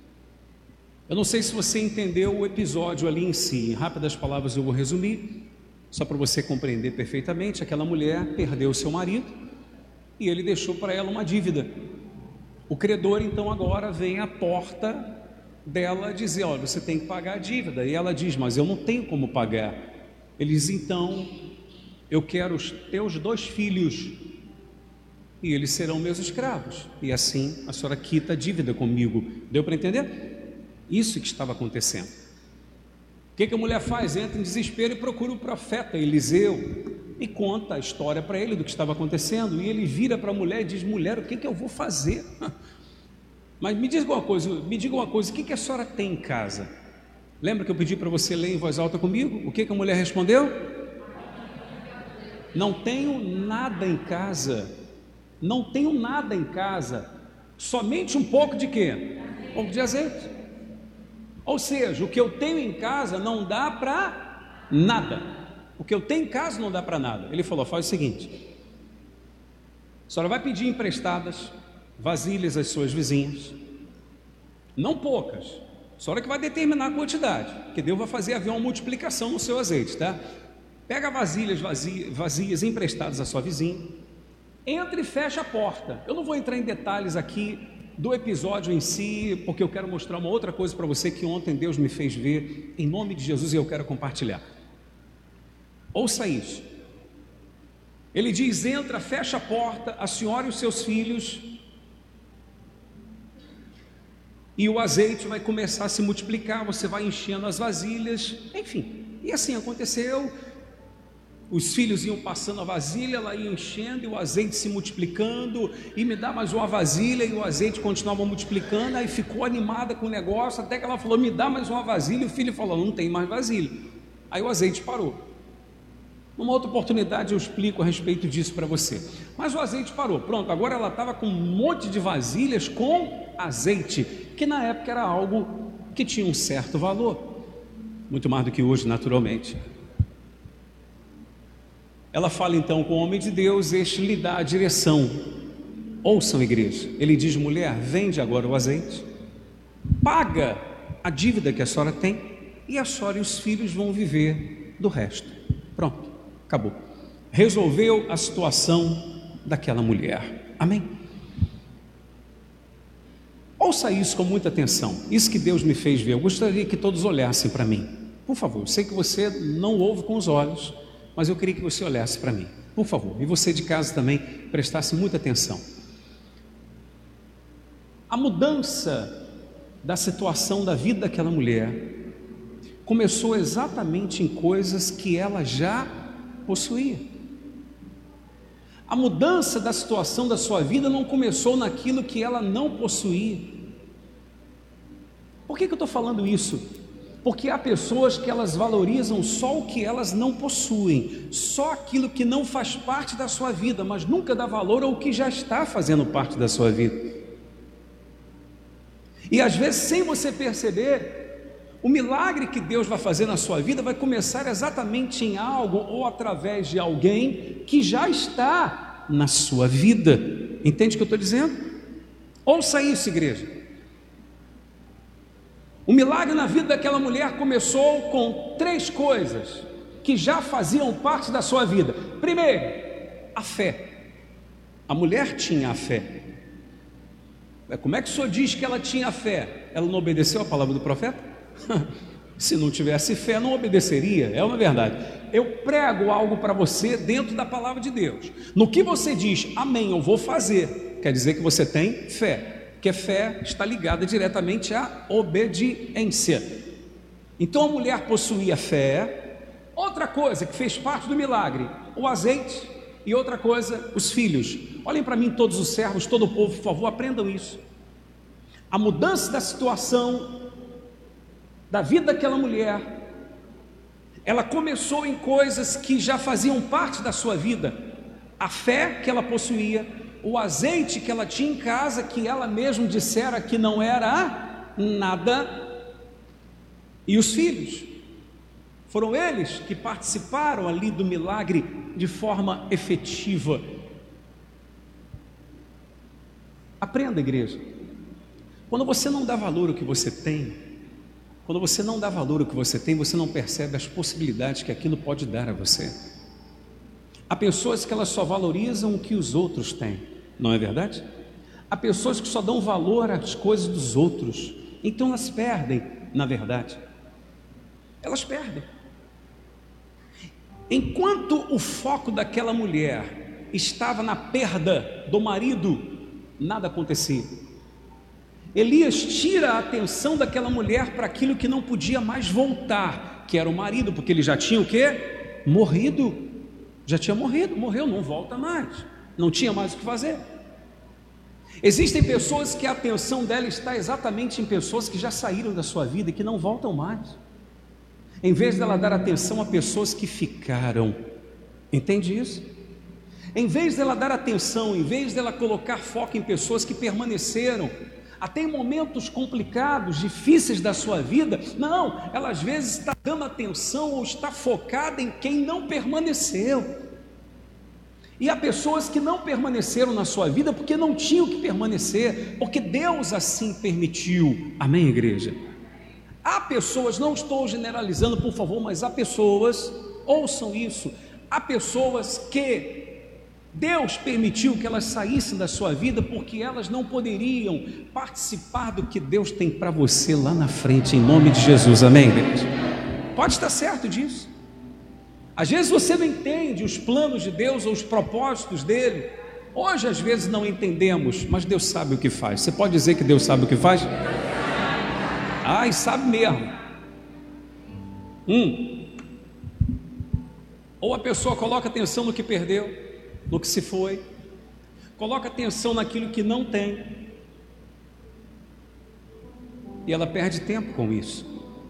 Eu não sei se você entendeu o episódio ali em si. Em rápidas palavras eu vou resumir, só para você compreender perfeitamente. Aquela mulher perdeu seu marido e ele deixou para ela uma dívida. O credor então agora vem à porta dela dizer: olha, você tem que pagar a dívida. E ela diz: mas eu não tenho como pagar. Ele diz: então eu quero os teus dois filhos e eles serão meus escravos, e assim a senhora quita a dívida comigo. Deu para entender? Isso que estava acontecendo. O que, que a mulher faz? Entra em desespero e procura o profeta Eliseu e conta a história para ele do que estava acontecendo. E ele vira para a mulher e diz: mulher, o que, que eu vou fazer? Mas me diga uma coisa, me diga uma coisa, o que, que a senhora tem em casa? Lembra que eu pedi para você ler em voz alta comigo? O que, que a mulher respondeu? Não tenho nada em casa. Não tenho nada em casa. Somente um pouco de quê? Um pouco de azeite. Ou seja, o que eu tenho em casa não dá para nada. O que eu tenho em casa não dá para nada. Ele falou: faz o seguinte, a senhora vai pedir emprestadas vasilhas às suas vizinhas, não poucas, a senhora que vai determinar a quantidade, porque Deus vai fazer haver uma multiplicação no seu azeite, tá? Pega vasilhas vazias, vazias emprestadas à sua vizinha, entra e fecha a porta. Eu não vou entrar em detalhes aqui do episódio em si, porque eu quero mostrar uma outra coisa para você que ontem Deus me fez ver, em nome de Jesus, e eu quero compartilhar. Ouça isso. Ele diz: entra, fecha a porta, a senhora e os seus filhos, e o azeite vai começar a se multiplicar, você vai enchendo as vasilhas, enfim. E assim aconteceu. os filhos iam passando a vasilha, ela ia enchendo e o azeite se multiplicando, e me dá mais uma vasilha e o azeite continuava multiplicando. Aí ficou animada com o negócio, até que ela falou, me dá mais uma vasilha, e o filho falou, não tem mais vasilha. Aí o azeite parou. Numa outra oportunidade eu explico a respeito disso para você, mas o azeite parou. Pronto, agora ela estava com um monte de vasilhas com azeite, que na época era algo que tinha um certo valor, muito mais do que hoje, naturalmente. Ela fala então com o homem de Deus, este lhe dá a direção. Ouçam, igreja, ele diz, mulher, vende agora o azeite, paga a dívida que a senhora tem, e a senhora e os filhos vão viver do resto. Pronto, acabou. Resolveu a situação daquela mulher. Amém? Ouça isso com muita atenção. Isso que Deus me fez ver. Eu gostaria que todos olhassem para mim. Por favor, eu sei que você não ouve com os olhos, mas eu queria que você olhasse para mim. Por favor, e você de casa também prestasse muita atenção. A mudança da situação da vida daquela mulher começou exatamente em coisas que ela já possuía. A mudança da situação da sua vida não começou naquilo que ela não possuía. Por que que eu estou falando isso? Porque há pessoas que elas valorizam só o que elas não possuem, só aquilo que não faz parte da sua vida, mas nunca dá valor ao que já está fazendo parte da sua vida. E às vezes, sem você perceber, o milagre que Deus vai fazer na sua vida vai começar exatamente em algo ou através de alguém que já está na sua vida. Entende o que eu estou dizendo? Ouça isso, igreja. O milagre na vida daquela mulher começou com três coisas que já faziam parte da sua vida. Primeiro, a fé. A mulher tinha a fé. Como é que o senhor diz que ela tinha fé? Ela não obedeceu a palavra do profeta? Se não tivesse fé, não obedeceria. É uma verdade. Eu prego algo para você dentro da palavra de Deus. No que você diz, amém, eu vou fazer, quer dizer que você tem fé. Porque fé está ligada diretamente à obediência. Então a mulher possuía fé. Outra coisa que fez parte do milagre, o azeite. E outra coisa, os filhos. Olhem para mim todos os servos, todo o povo, por favor, aprendam isso. A mudança da situação da vida daquela mulher, ela começou em coisas que já faziam parte da sua vida. A fé que ela possuía, o azeite que ela tinha em casa, que ela mesma dissera que não era nada, e os filhos. Foram eles que participaram ali do milagre de forma efetiva. Aprenda, igreja. Quando você não dá valor ao que você tem, quando você não dá valor ao que você tem, você não percebe as possibilidades que aquilo pode dar a você. Há pessoas que elas só valorizam o que os outros têm, não é verdade? Há pessoas que só dão valor às coisas dos outros, então elas perdem, na verdade. Elas perdem. Enquanto o foco daquela mulher estava na perda do marido, nada acontecia. Elias tira a atenção daquela mulher para aquilo que não podia mais voltar, que era o marido, porque ele já tinha o quê? Morrido. Já tinha morrido, morreu, não volta mais. Não tinha mais o que fazer. Existem pessoas que a atenção dela está exatamente em pessoas que já saíram da sua vida e que não voltam mais. Em vez dela dar atenção a pessoas que ficaram. Entende isso? Em vez dela dar atenção, em vez dela colocar foco em pessoas que permaneceram, até em momentos complicados, difíceis da sua vida, não, ela às vezes está dando atenção ou está focada em quem não permaneceu. E há pessoas que não permaneceram na sua vida porque não tinham que permanecer, porque Deus assim permitiu. Amém, igreja? Há pessoas, não estou generalizando, por favor, mas há pessoas, ouçam isso, há pessoas que Deus permitiu que elas saíssem da sua vida porque elas não poderiam participar do que Deus tem para você lá na frente, em nome de Jesus. Amém, igreja? Pode estar certo disso. Às vezes você não entende os planos de Deus ou os propósitos dele. Hoje às vezes não entendemos, mas Deus sabe o que faz. Você pode dizer que Deus sabe o que faz? Ai, sabe mesmo. Hum. Ou a pessoa coloca atenção no que perdeu, no que se foi, coloca atenção naquilo que não tem, e ela perde tempo com isso.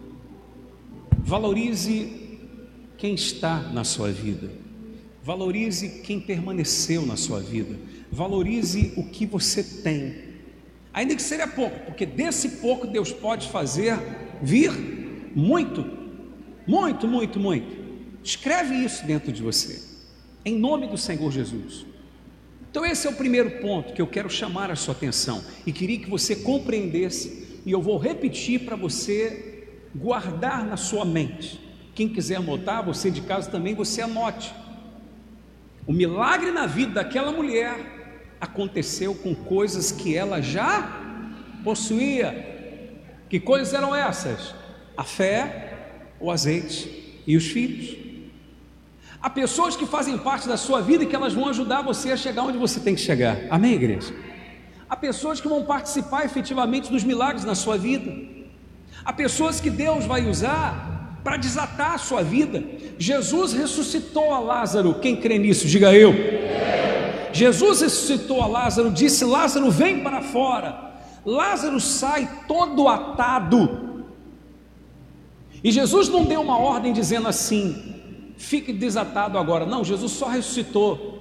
Valorize quem está na sua vida, valorize quem permaneceu na sua vida, valorize o que você tem, ainda que seja pouco, porque desse pouco Deus pode fazer vir muito, muito, muito, muito. Escreve isso dentro de você, em nome do Senhor Jesus. Então esse é o primeiro ponto que eu quero chamar a sua atenção, e queria que você compreendesse, e eu vou repetir para você guardar na sua mente. Quem quiser anotar, você de casa também, você anote. O milagre na vida daquela mulher aconteceu com coisas que ela já possuía. Que coisas eram essas? A fé, o azeite e os filhos. Há pessoas que fazem parte da sua vida e que elas vão ajudar você a chegar onde você tem que chegar. Amém, igreja? Há pessoas que vão participar efetivamente dos milagres na sua vida. Há pessoas que Deus vai usar para desatar a sua vida. Jesus ressuscitou a Lázaro. Quem crê nisso? Diga eu. Jesus ressuscitou a Lázaro, disse: Lázaro, vem para fora. Lázaro sai todo atado. E Jesus não deu uma ordem dizendo assim: fique desatado agora. Não, Jesus só ressuscitou.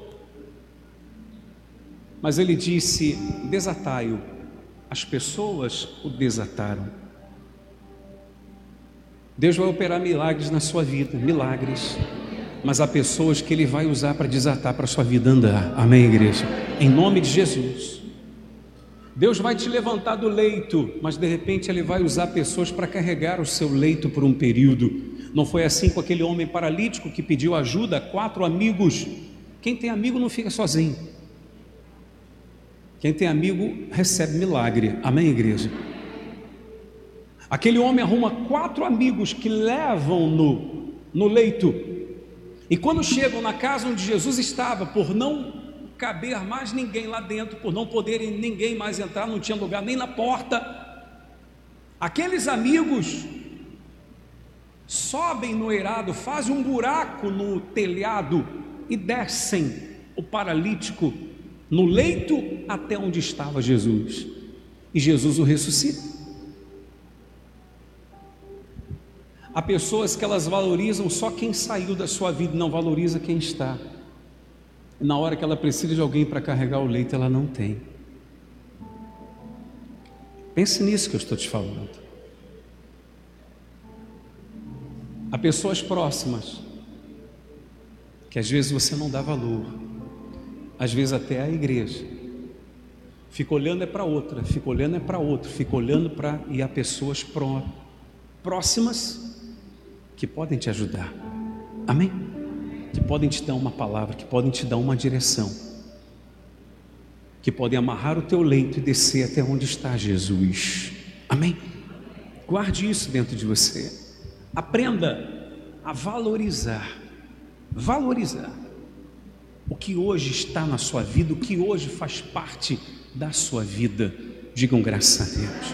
Mas ele disse: desatai-o. As pessoas o desataram. Deus vai operar milagres na sua vida, milagres. Mas há pessoas que Ele vai usar para desatar para a sua vida andar. Amém, igreja? Em nome de Jesus. Deus vai te levantar do leito, mas de repente Ele vai usar pessoas para carregar o seu leito por um período. Não foi assim com aquele homem paralítico que pediu ajuda a quatro amigos. Quem tem amigo não fica sozinho. Quem tem amigo recebe milagre. Amém, igreja? Aquele homem arruma quatro amigos que levam-no no leito. E quando chegam na casa onde Jesus estava, por não caber mais ninguém lá dentro, por não poderem ninguém mais entrar, não tinha lugar nem na porta, aqueles amigos sobem no eirado, fazem um buraco no telhado e descem o paralítico no leito até onde estava Jesus. E Jesus o ressuscita. Há pessoas que elas valorizam só quem saiu da sua vida, não valoriza quem está. E na hora que ela precisa de alguém para carregar o leito, ela não tem. Pense nisso que eu estou te falando. Há pessoas próximas que às vezes você não dá valor, às vezes até a igreja. Fica olhando é para outra, fica olhando é para outro, fica olhando para... E há pessoas pró... próximas que podem te ajudar, amém? Que podem te dar uma palavra, que podem te dar uma direção, que podem amarrar o teu leito e descer até onde está Jesus, amém? Guarde isso dentro de você, aprenda a valorizar, valorizar o que hoje está na sua vida, o que hoje faz parte da sua vida. Digam graças a Deus.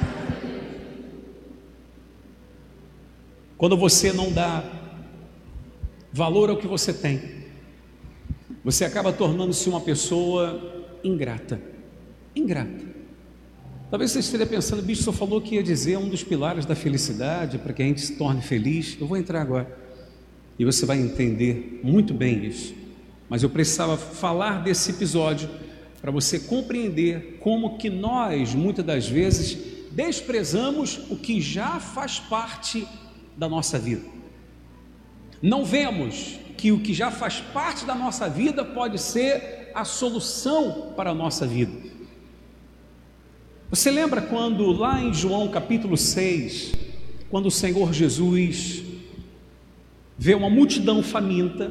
Quando você não dá valor ao que você tem, você acaba tornando-se uma pessoa ingrata, ingrata. Talvez você esteja pensando: bicho, só falou que ia dizer um dos pilares da felicidade para que a gente se torne feliz. Eu vou entrar agora e você vai entender muito bem isso. Mas eu precisava falar desse episódio para você compreender como que nós, muitas das vezes, desprezamos o que já faz parte da nossa vida. Não vemos que o que já faz parte da nossa vida pode ser a solução para a nossa vida. Você lembra quando lá em João capítulo seis, quando o Senhor Jesus vê uma multidão faminta,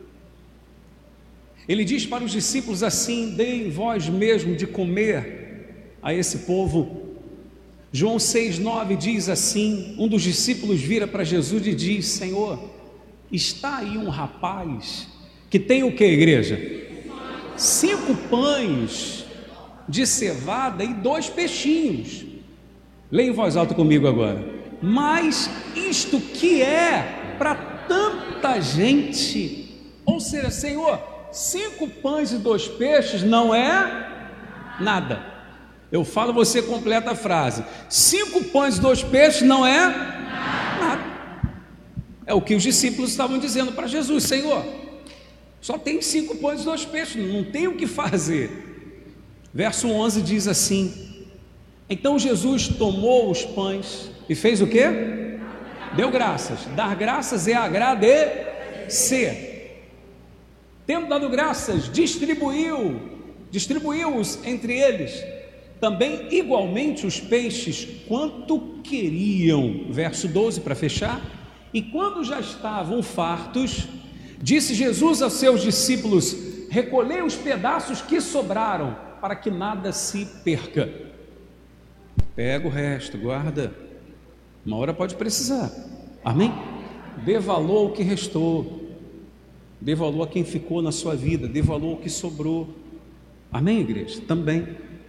Ele diz para os discípulos assim: deem vós mesmo de comer a esse povo. João seis, nove diz assim: um dos discípulos vira para Jesus e diz: Senhor, está aí um rapaz que tem o que, igreja? Cinco pães de cevada e dois peixinhos. Leia em voz alta comigo agora. Mas isto que é para tanta gente? Ou seja, Senhor, cinco pães e dois peixes não é nada. Eu falo, você completa a frase. Cinco pães e dois peixes não é nada. É o que os discípulos estavam dizendo para Jesus: Senhor, só tem cinco pães e dois peixes, não tem o que fazer. Verso onze diz assim: então Jesus tomou os pães e fez o quê? Deu graças. Dar graças é agradecer. Tendo dado graças, distribuiu, distribuiu-os entre eles, também igualmente os peixes, quanto queriam. Verso doze para fechar. E quando já estavam fartos, disse Jesus aos seus discípulos: recolhei os pedaços que sobraram, para que nada se perca. Pega o resto, guarda, uma hora pode precisar, amém? Dê valor ao que restou, dê valor a quem ficou na sua vida, dê valor ao que sobrou, amém, igreja? Também.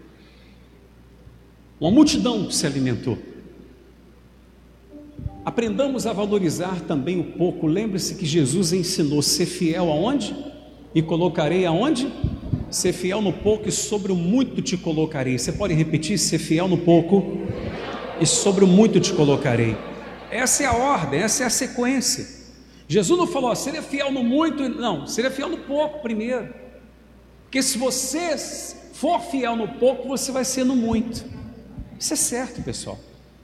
Uma multidão se alimentou. Aprendamos a valorizar também o pouco. Lembre-se que Jesus ensinou: ser fiel aonde? E colocarei aonde? Ser fiel no pouco e sobre o muito te colocarei. Você pode repetir? Ser fiel no pouco e sobre o muito te colocarei. Essa é a ordem, essa é a sequência. Jesus não falou: seria fiel no muito, não, seria fiel no pouco primeiro. Porque se você for fiel no pouco, você vai ser no muito. Isso é certo, pessoal.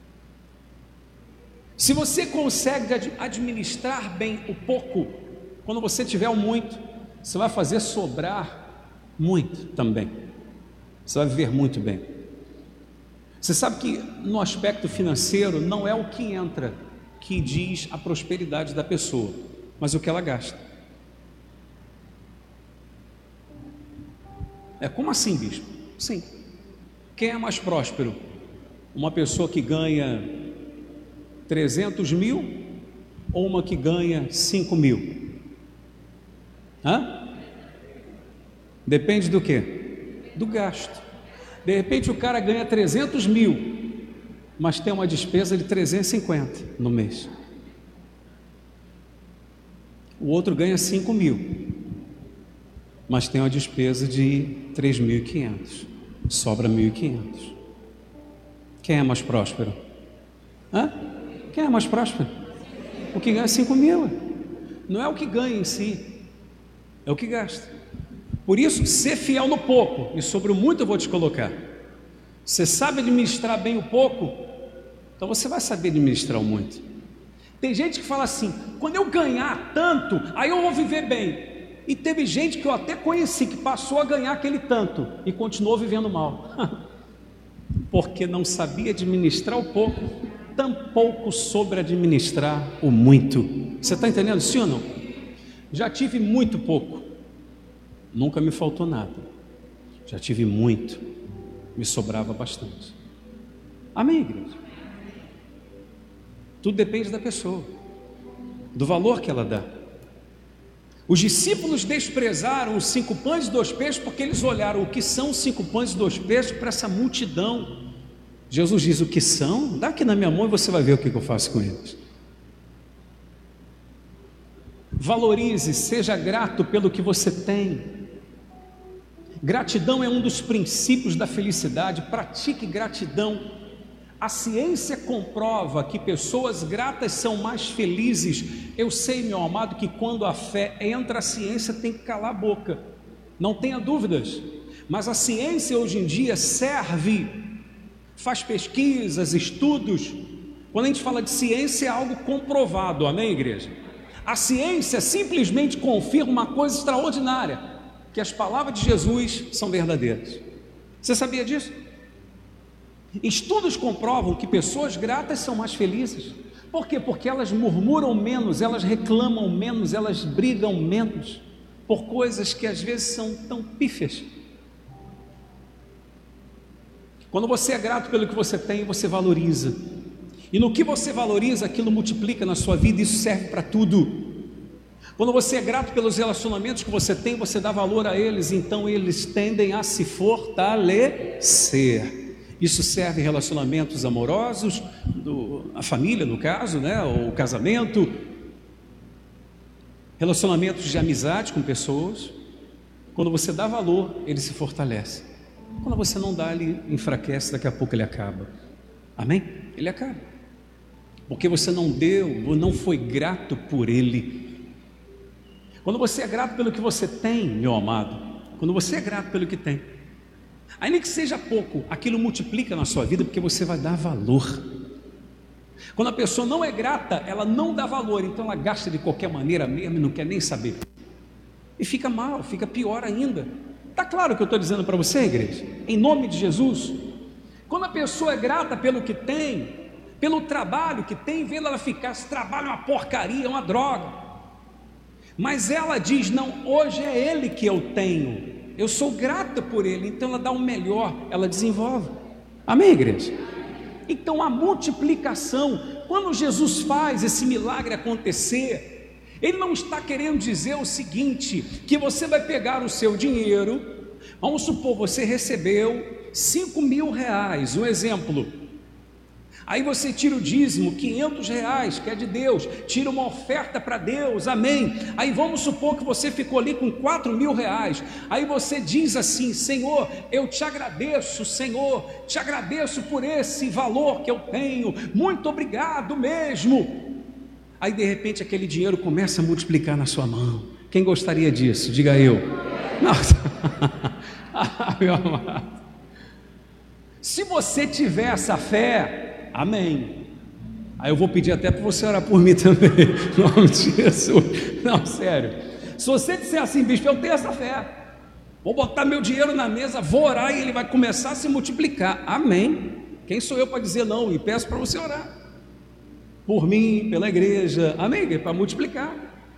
Se você consegue administrar bem o pouco, quando você tiver o muito, você vai fazer sobrar muito também. Você vai viver muito bem. Você sabe que no aspecto financeiro não é o que entra que diz a prosperidade da pessoa, mas o que ela gasta. É como assim, bispo? Sim. Quem é mais próspero? Uma pessoa que ganha trezentos mil ou uma que ganha cinco mil? Hã? Depende do quê? Do gasto. De repente o cara ganha trezentos mil, mas tem uma despesa de trezentos e cinquenta no mês. O outro ganha cinco mil, mas tem uma despesa de três mil e quinhentos, sobra mil e quinhentos. Quem é mais próspero? Hã? Quem é mais próspero? O que ganha cinco mil. Não é o que ganha em si, é o que gasta. Por isso, ser fiel no pouco, e sobre o muito eu vou te colocar. Você sabe administrar bem o pouco, então você vai saber administrar o muito. Tem gente que fala assim: quando eu ganhar tanto, aí eu vou viver bem. E teve gente que eu até conheci que passou a ganhar aquele tanto e continuou vivendo mal, porque não sabia administrar o pouco, tampouco sobre administrar o muito. Você está entendendo, sim ou não? Já tive muito pouco, nunca me faltou nada. Já tive muito, me sobrava bastante. Amém, igreja? Tudo depende da pessoa, do valor que ela dá. Os discípulos desprezaram os cinco pães e dois peixes porque eles olharam o que são os cinco pães e dois peixes para essa multidão. Jesus diz: o que são? Dá aqui na minha mão e você vai ver o que eu faço com eles. Valorize, seja grato pelo que você tem. Gratidão é um dos princípios da felicidade. Pratique gratidão. A ciência comprova que pessoas gratas são mais felizes. Eu sei, meu amado, que quando a fé entra, a ciência tem que calar a boca, não tenha dúvidas. Mas a ciência hoje em dia serve, faz pesquisas, estudos. Quando a gente fala de ciência, é algo comprovado, amém, igreja? A ciência simplesmente confirma uma coisa extraordinária: que as palavras de Jesus são verdadeiras. Você sabia disso? Estudos comprovam que pessoas gratas são mais felizes. Por quê? Porque elas murmuram menos, elas reclamam menos, elas brigam menos por coisas que às vezes são tão pífias. Quando você é grato pelo que você tem, você valoriza. E no que você valoriza, aquilo multiplica na sua vida. Isso serve para tudo. Quando você é grato pelos relacionamentos que você tem, você dá valor a eles, então eles tendem a se fortalecer. Isso serve em relacionamentos amorosos, do, a família no caso, né, ou o casamento. relacionamentos de amizade com pessoas. Quando você dá valor, ele se fortalece. Quando você não dá, ele enfraquece, daqui a pouco ele acaba. Amém? Ele acaba. Porque você não deu, ou não foi grato por ele. Quando você é grato pelo que você tem, meu amado, quando você é grato pelo que tem, ainda que seja pouco, aquilo multiplica na sua vida, porque você vai dar valor. Quando a pessoa não é grata, ela não dá valor, então ela gasta de qualquer maneira mesmo e não quer nem saber. E fica mal, fica pior ainda. Está claro o que eu estou dizendo para você, igreja? Em nome de Jesus. Quando a pessoa é grata pelo que tem, pelo trabalho que tem, vê ela ficar, esse trabalho é uma porcaria, é uma droga. Mas ela diz, não, hoje é ele que eu tenho, eu sou grata por ele, então ela dá o melhor, ela desenvolve. Amém, igreja? Então a multiplicação, quando Jesus faz esse milagre acontecer, ele não está querendo dizer o seguinte, que você vai pegar o seu dinheiro, vamos supor, você recebeu cinco mil reais, um exemplo, aí você tira o dízimo, quinhentos reais, que é de Deus, tira uma oferta para Deus, amém, aí vamos supor que você ficou ali com quatro mil reais, aí você diz assim, Senhor, eu te agradeço, Senhor, te agradeço por esse valor que eu tenho, muito obrigado mesmo, aí de repente aquele dinheiro começa a multiplicar na sua mão, quem gostaria disso? Diga eu. Nossa. Meu amado, se você tiver essa fé, amém. Aí eu vou pedir até para você orar por mim também, em nome de Jesus. Não, sério. Se você disser assim, bispo, eu tenho essa fé, vou botar meu dinheiro na mesa, vou orar e ele vai começar a se multiplicar. Amém. Quem sou eu para dizer não? E peço para você orar por mim, pela igreja. Amém? Para multiplicar.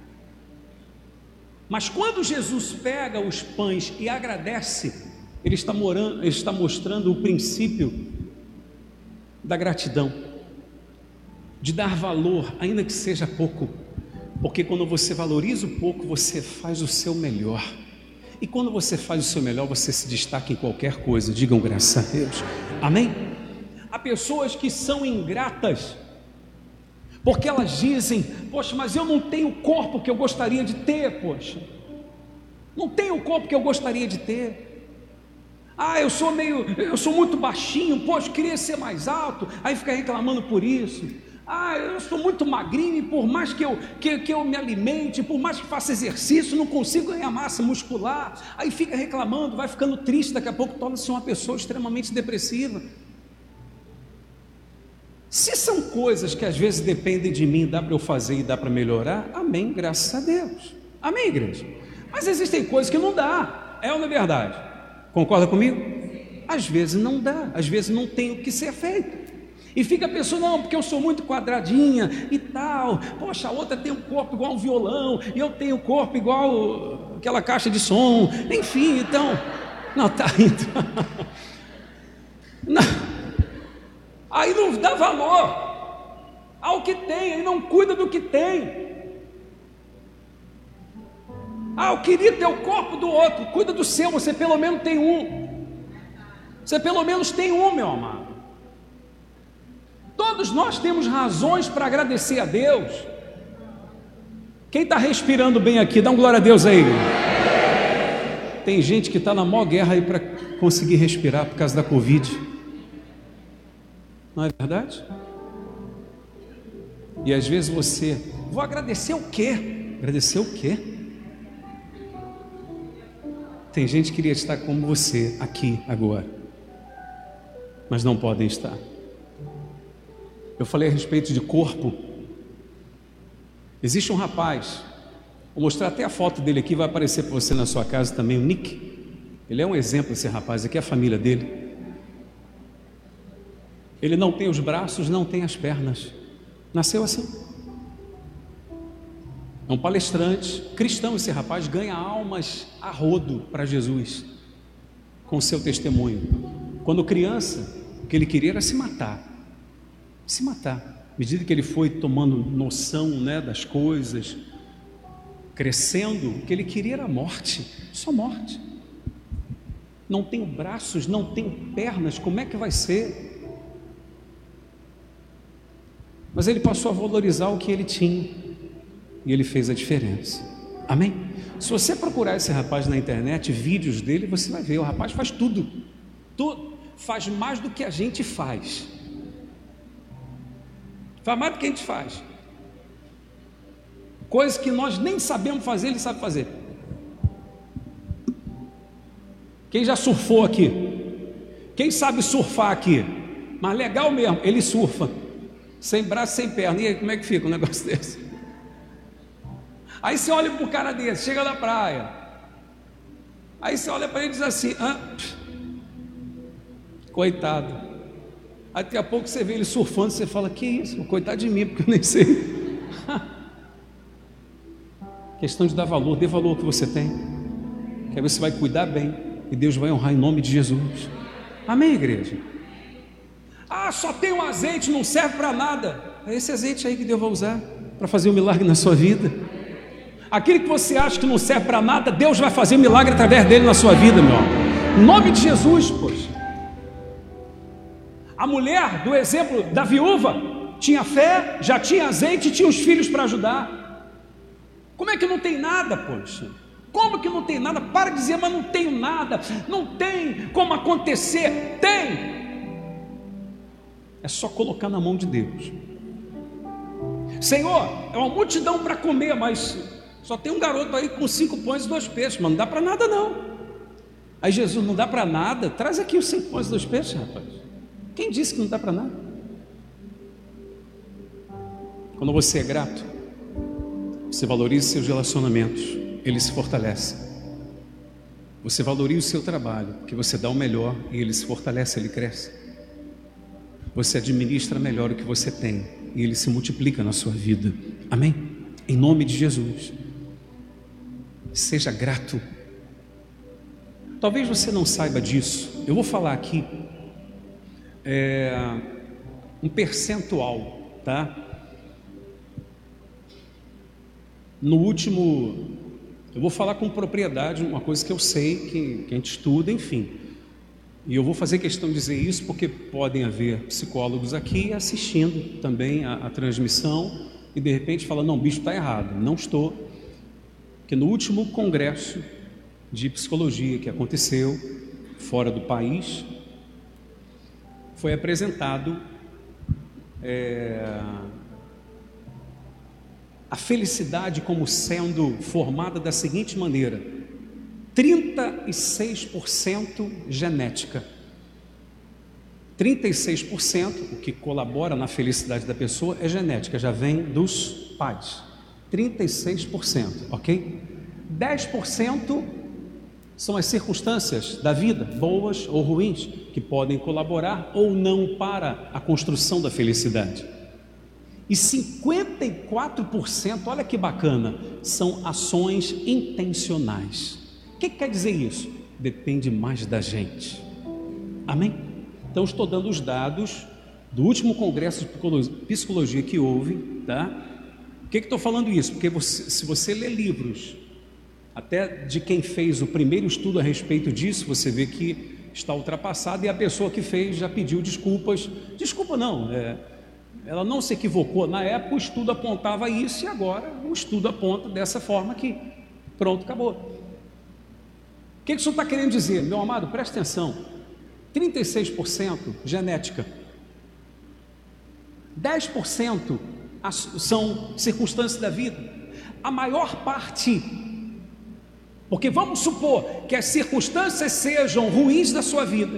Mas quando Jesus pega os pães e agradece, ele está, morando, ele está mostrando o princípio da gratidão, de dar valor, ainda que seja pouco, porque quando você valoriza o pouco, você faz o seu melhor, e quando você faz o seu melhor, você se destaca em qualquer coisa. Digam graças a Deus, amém? Há pessoas que são ingratas, porque elas dizem, poxa, mas eu não tenho o corpo que eu gostaria de ter, poxa, não tenho o corpo que eu gostaria de ter, ah, eu sou meio, eu sou muito baixinho, poxa, queria ser mais alto, aí fica reclamando por isso. Ah, eu sou muito magrinho e por mais que eu, que, que eu me alimente, por mais que faça exercício, não consigo ganhar massa muscular, aí fica reclamando, vai ficando triste, daqui a pouco torna-se uma pessoa extremamente depressiva. Se são coisas que às vezes dependem de mim, dá para eu fazer e dá para melhorar, amém, graças a Deus, amém, igreja? Mas existem coisas que não dá, é ou não é verdade? Concorda comigo? Às vezes não dá, às vezes não tem o que ser feito, e fica a pessoa, não, porque eu sou muito quadradinha e tal, poxa, a outra tem um corpo igual um violão, e eu tenho um corpo igual aquela caixa de som, enfim, então, não, tá, então, não, aí não dá valor ao que tem, aí não cuida do que tem. Ah, eu queria ter o corpo do outro, cuida do seu, você pelo menos tem um, você pelo menos tem um, meu amado. Todos nós temos razões para agradecer a Deus. Quem está respirando bem aqui, dá um glória a Deus aí. Tem gente que está na maior guerra aí para conseguir respirar por causa da Covid, não é verdade? E às vezes você, vou agradecer o quê? Agradecer o quê? Tem gente que queria estar como você aqui agora, mas não podem estar. Eu falei a respeito de corpo. Existe um rapaz, vou mostrar até a foto dele aqui, vai aparecer para você na sua casa também, o Nick. Ele é um exemplo, esse rapaz aqui, é a família dele. Ele não tem os braços, não tem as pernas, nasceu assim. É um palestrante cristão, esse rapaz ganha almas a rodo para Jesus com o seu testemunho. Quando criança, o que ele queria era se matar, se matar. À medida que ele foi tomando noção, né, das coisas, crescendo, o que ele queria era morte, só morte. Não tenho braços, não tenho pernas, como é que vai ser? Mas ele passou a valorizar o que ele tinha, e ele fez a diferença. Amém? Se você procurar esse rapaz na internet, vídeos dele, você vai ver, o rapaz faz tudo, tudo, faz mais do que a gente faz, faz mais do que a gente faz, coisas que nós nem sabemos fazer, ele sabe fazer. Quem já surfou aqui? Quem sabe surfar aqui? Mas legal mesmo, ele surfa, sem braço, sem perna. E aí, como é que fica um negócio desse? Aí você olha para o cara desse, chega na praia, aí você olha para ele e diz assim, ah, coitado. Aí daqui a pouco você vê ele surfando, você fala, que isso, coitado de mim, porque eu nem sei. Questão de dar valor, dê valor ao que você tem, que aí você vai cuidar bem, e Deus vai honrar em nome de Jesus. Amém, igreja? Ah, só tem um azeite, não serve para nada. É esse azeite aí que Deus vai usar para fazer um milagre na sua vida. Aquele que você acha que não serve para nada, Deus vai fazer um milagre através dele na sua vida, meu amor. Em nome de Jesus, poxa. A mulher do exemplo da viúva tinha fé, já tinha azeite e tinha os filhos para ajudar. Como é que não tem nada, poxa? Como que não tem nada? Para de dizer, mas não tenho nada, não tem como acontecer. Tem. É só colocar na mão de Deus. Senhor, é uma multidão para comer, mas só tem um garoto aí com cinco pães e dois peixes, mas não dá para nada não. Aí Jesus, não dá para nada? Traz aqui os cinco pães e dois peixes, rapaz. Quem disse que não dá para nada? Quando você é grato, você valoriza seus relacionamentos, eles se fortalecem. Você valoriza o seu trabalho, porque você dá o melhor e ele se fortalece, ele cresce. Você administra melhor o que você tem e ele se multiplica na sua vida. Amém? Em nome de Jesus. Seja grato. Talvez você não saiba disso. Eu vou falar aqui é, um percentual, tá? No último, eu vou falar com propriedade uma coisa que eu sei, que, que a gente estuda, enfim. E eu vou fazer questão de dizer isso porque podem haver psicólogos aqui assistindo também a, a transmissão e de repente falam, não, bicho, está errado. Não estou. Porque no último congresso de psicologia que aconteceu fora do país, foi apresentado é, a felicidade como sendo formada da seguinte maneira: trinta e seis por cento genética, trinta e seis por cento, o que colabora na felicidade da pessoa é genética, já vem dos pais, trinta e seis por cento, ok? dez por cento são as circunstâncias da vida, boas ou ruins, que podem colaborar ou não para a construção da felicidade. E cinquenta e quatro por cento, olha que bacana, são ações intencionais. O que quer dizer isso? Depende mais da gente. Amém? Então estou dando os dados do último congresso de psicologia que houve, tá? Por que estou falando isso? Porque você, se você ler livros, até de quem fez o primeiro estudo a respeito disso, você vê que está ultrapassado e a pessoa que fez já pediu desculpas. Desculpa não, é, ela não se equivocou. Na época o estudo apontava isso e agora o estudo aponta dessa forma aqui. Pronto, acabou. O que, que o senhor está querendo dizer? Meu amado, presta atenção. trinta e seis por cento genética, dez por cento são circunstâncias da vida. A maior parte, porque vamos supor que as circunstâncias sejam ruins da sua vida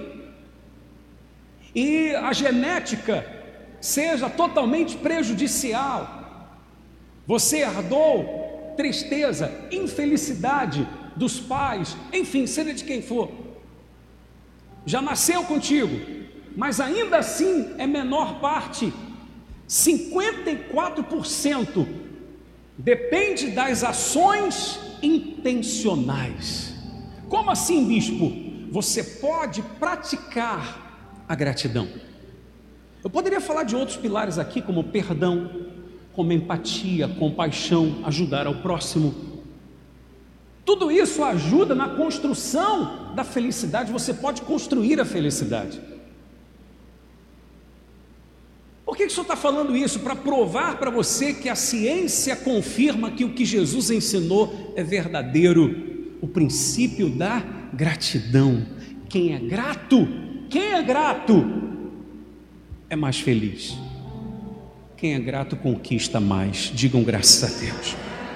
e a genética seja totalmente prejudicial, você herdou tristeza, infelicidade dos pais, enfim, seja de quem for, já nasceu contigo, mas ainda assim é menor parte, cinquenta e quatro por cento depende das ações intencionais. Como assim, bispo? Você pode praticar a gratidão. Eu poderia falar de outros pilares aqui, como perdão, como empatia, compaixão, ajudar ao próximo. Tudo isso ajuda na construção da felicidade. Você pode construir a felicidade. Por Por que que o senhor está falando isso? Para provar para você que a ciência confirma que o que Jesus ensinou é verdadeiro. O princípio da gratidão. Quem é grato, quem é grato é mais feliz. Quem é grato conquista mais. Digam graças a Deus.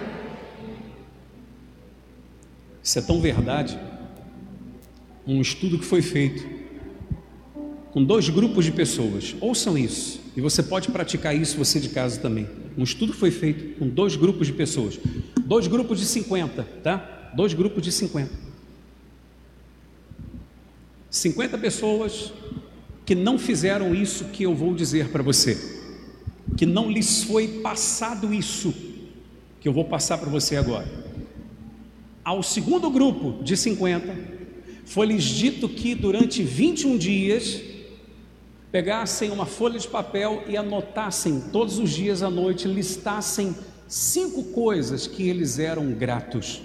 Isso é tão verdade. Um estudo que foi feito com dois grupos de pessoas. Ouçam isso. E você pode praticar isso você de casa também. Um estudo foi feito com dois grupos de pessoas. Dois grupos de cinquenta, tá? Dois grupos de cinquenta. cinquenta pessoas que não fizeram isso que eu vou dizer para você. Que não lhes foi passado isso que eu vou passar para você agora. Ao segundo grupo de cinquenta, foi-lhes dito que durante vinte e um dias pegassem uma folha de papel e anotassem todos os dias à noite, listassem cinco coisas que eles eram gratos.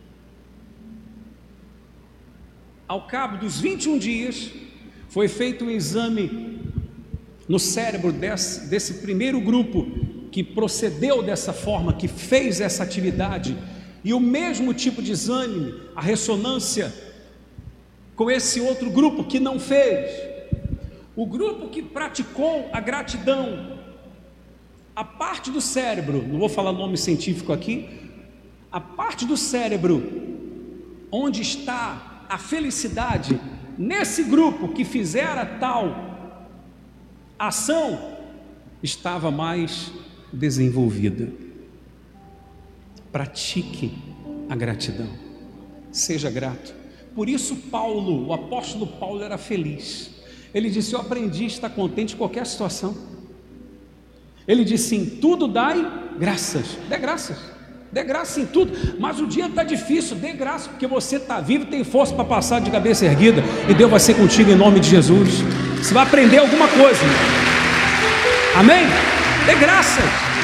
Ao cabo dos vinte e um dias, foi feito um exame no cérebro desse, desse primeiro grupo que procedeu dessa forma, que fez essa atividade, e o mesmo tipo de exame, a ressonância, com esse outro grupo que não fez. O grupo que praticou a gratidão, a parte do cérebro, não vou falar nome científico aqui, a parte do cérebro onde está a felicidade, nesse grupo que fizera tal ação, estava mais desenvolvida. Pratique a gratidão, seja grato. Por isso Paulo, o apóstolo Paulo era feliz. Ele disse: eu aprendi a estar contente em qualquer situação. Ele disse: em tudo dai graças. Dê graças, dê graça em tudo. Mas o dia está difícil, dê graça, porque você está vivo e tem força para passar de cabeça erguida, e Deus vai ser contigo em nome de Jesus. Você vai aprender alguma coisa. Amém? Dê graças.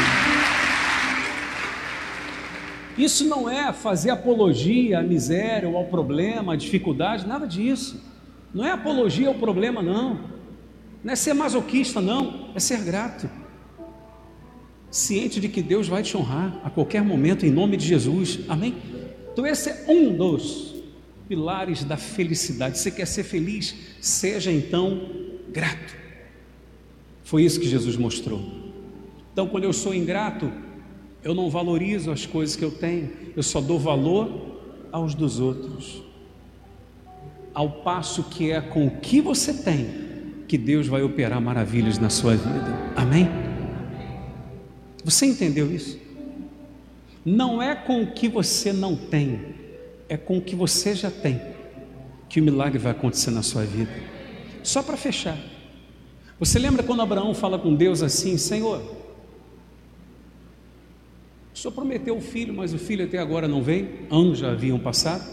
Isso não é fazer apologia à miséria ou ao problema, à dificuldade, nada disso. Não é apologia ao problema, não. Não é ser masoquista, não. É ser grato. Ciente de que Deus vai te honrar a qualquer momento, em nome de Jesus. Amém? Então esse é um dos pilares da felicidade. Você quer ser feliz? Seja então grato. Foi isso que Jesus mostrou. Então, quando eu sou ingrato, eu não valorizo as coisas que eu tenho, eu só dou valor aos dos outros. Ao passo que é com o que você tem que Deus vai operar maravilhas na sua vida. Amém? Você entendeu isso? Não é com o que você não tem, é com o que você já tem que o milagre vai acontecer na sua vida. Só para fechar, você lembra quando Abraão fala com Deus assim: Senhor, o Senhor prometeu o filho, mas o filho até agora não veio, anos já haviam passado,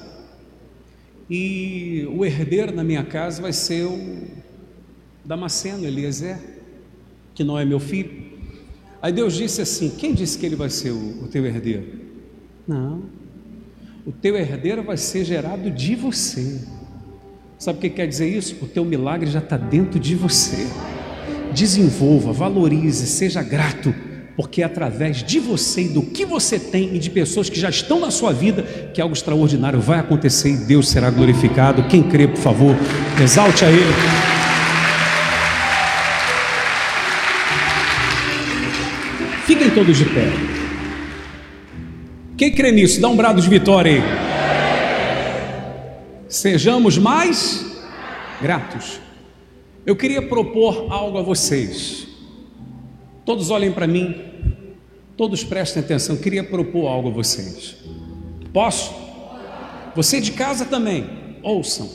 e o herdeiro na minha casa vai ser o Damasceno, Eliezer, que não é meu filho. Aí Deus disse assim: quem disse que ele vai ser o, o teu herdeiro? Não, o teu herdeiro vai ser gerado de você. Sabe o que quer dizer isso? O teu milagre já está dentro de você. Desenvolva, valorize, seja grato, porque é através de você e do que você tem e de pessoas que já estão na sua vida que algo extraordinário vai acontecer e Deus será glorificado. Quem crê, por favor, exalte a Ele. Fiquem todos de pé. Quem crê nisso, dá um brado de vitória aí. Sejamos mais gratos. Eu queria propor algo a vocês. Todos olhem para mim, todos prestem atenção. Eu queria propor algo a vocês. Posso? Você de casa também, ouçam.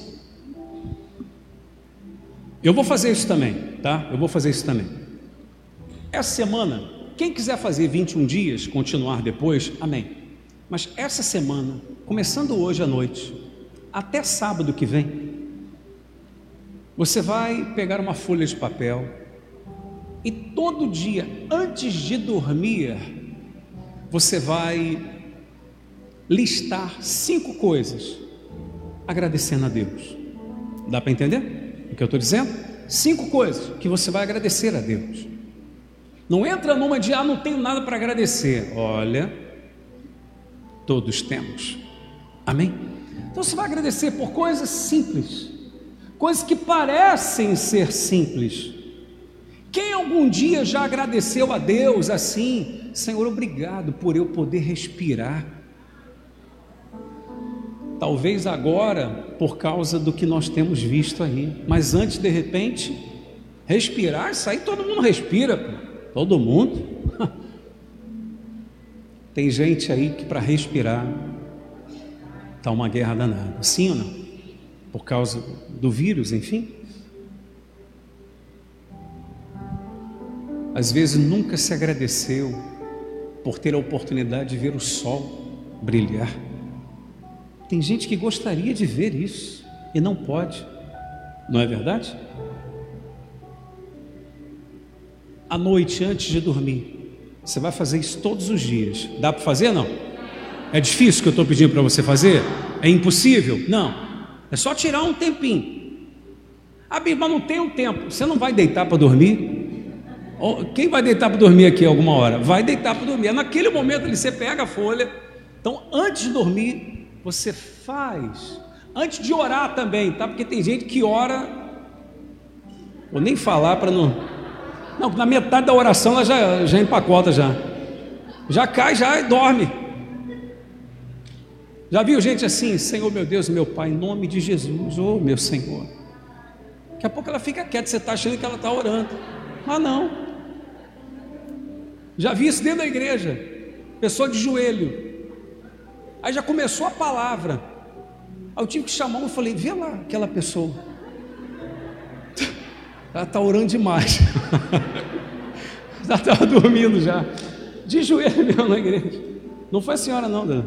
Eu vou fazer isso também, tá? Eu vou fazer isso também. Essa semana, quem quiser fazer vinte e um dias, continuar depois, amém. Mas essa semana, começando hoje à noite, até sábado que vem, você vai pegar uma folha de papel e todo dia, antes de dormir, você vai listar cinco coisas, agradecendo a Deus. Dá para entender o que eu estou dizendo? Cinco coisas que você vai agradecer a Deus. Não entra numa de, ah, não tenho nada para agradecer. Olha, todos temos. Amém? Então você vai agradecer por coisas simples, coisas que parecem ser simples. Quem algum dia já agradeceu a Deus assim? Senhor, obrigado por eu poder respirar. Talvez agora, por causa do que nós temos visto aí, mas antes, de repente, respirar, isso aí todo mundo respira, pô. Todo mundo. Tem gente aí que para respirar está uma guerra danada, sim ou não? Por causa do vírus, enfim. Às vezes nunca se agradeceu por ter a oportunidade de ver o sol brilhar. Tem gente que gostaria de ver isso e não pode, não é verdade? À noite, antes de dormir, você vai fazer isso todos os dias. Dá para fazer ou não? É difícil o que eu estou pedindo para você fazer? É impossível? Não. É só tirar um tempinho. Ah, mas não tem um tempo. Você não vai deitar para dormir? Quem vai deitar para dormir aqui alguma hora? Vai deitar para dormir. É naquele momento ali você pega a folha. Então, antes de dormir, você faz. Antes de orar também, tá? Porque tem gente que ora, vou nem falar para não... Não, na metade da oração ela já, já empacota já. Já cai, já e dorme. Já viu gente assim? Senhor meu Deus, meu Pai, em nome de Jesus, oh meu Senhor. Daqui a pouco ela fica quieta, você está achando que ela está orando. Mas não. Já vi isso dentro da igreja. Pessoa de joelho. Aí já começou a palavra. Aí eu tive que chamar um e falei, vê lá aquela pessoa. Ela está orando demais. Já estava dormindo já. De joelho mesmo na igreja. Não foi a senhora não, dona.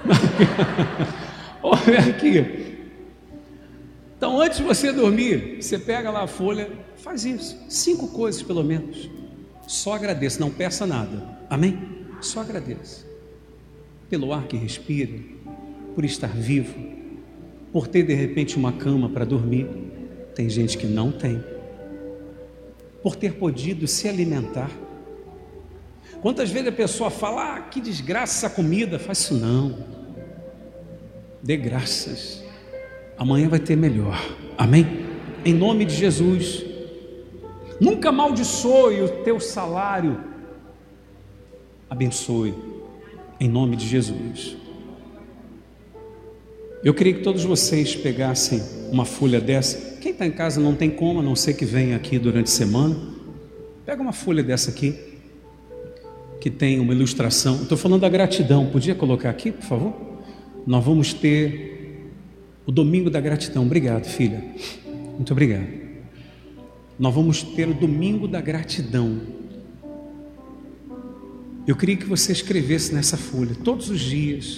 Olha aqui. Então antes de você dormir, você pega lá a folha, faz isso. Cinco coisas pelo menos. Só agradeça, não peça nada. Amém? Só agradeça. Pelo ar que respira, por estar vivo, por ter de repente uma cama para dormir. Tem gente que não tem. Por ter podido se alimentar. Quantas vezes a pessoa fala, ah, que desgraça essa comida, faz isso não. Dê graças. Amanhã vai ter melhor. Amém? Em nome de Jesus. Nunca amaldiçoe o teu salário. Abençoe. Em nome de Jesus. Eu queria que todos vocês pegassem uma folha dessa. Quem está em casa não tem como, a não ser que venha aqui durante a semana. Pega uma folha dessa aqui, que tem uma ilustração. Estou falando da gratidão. Podia colocar aqui, por favor? Nós vamos ter o domingo da gratidão. Obrigado, filha. Muito obrigado. Nós vamos ter o domingo da gratidão. Eu queria que você escrevesse nessa folha, todos os dias,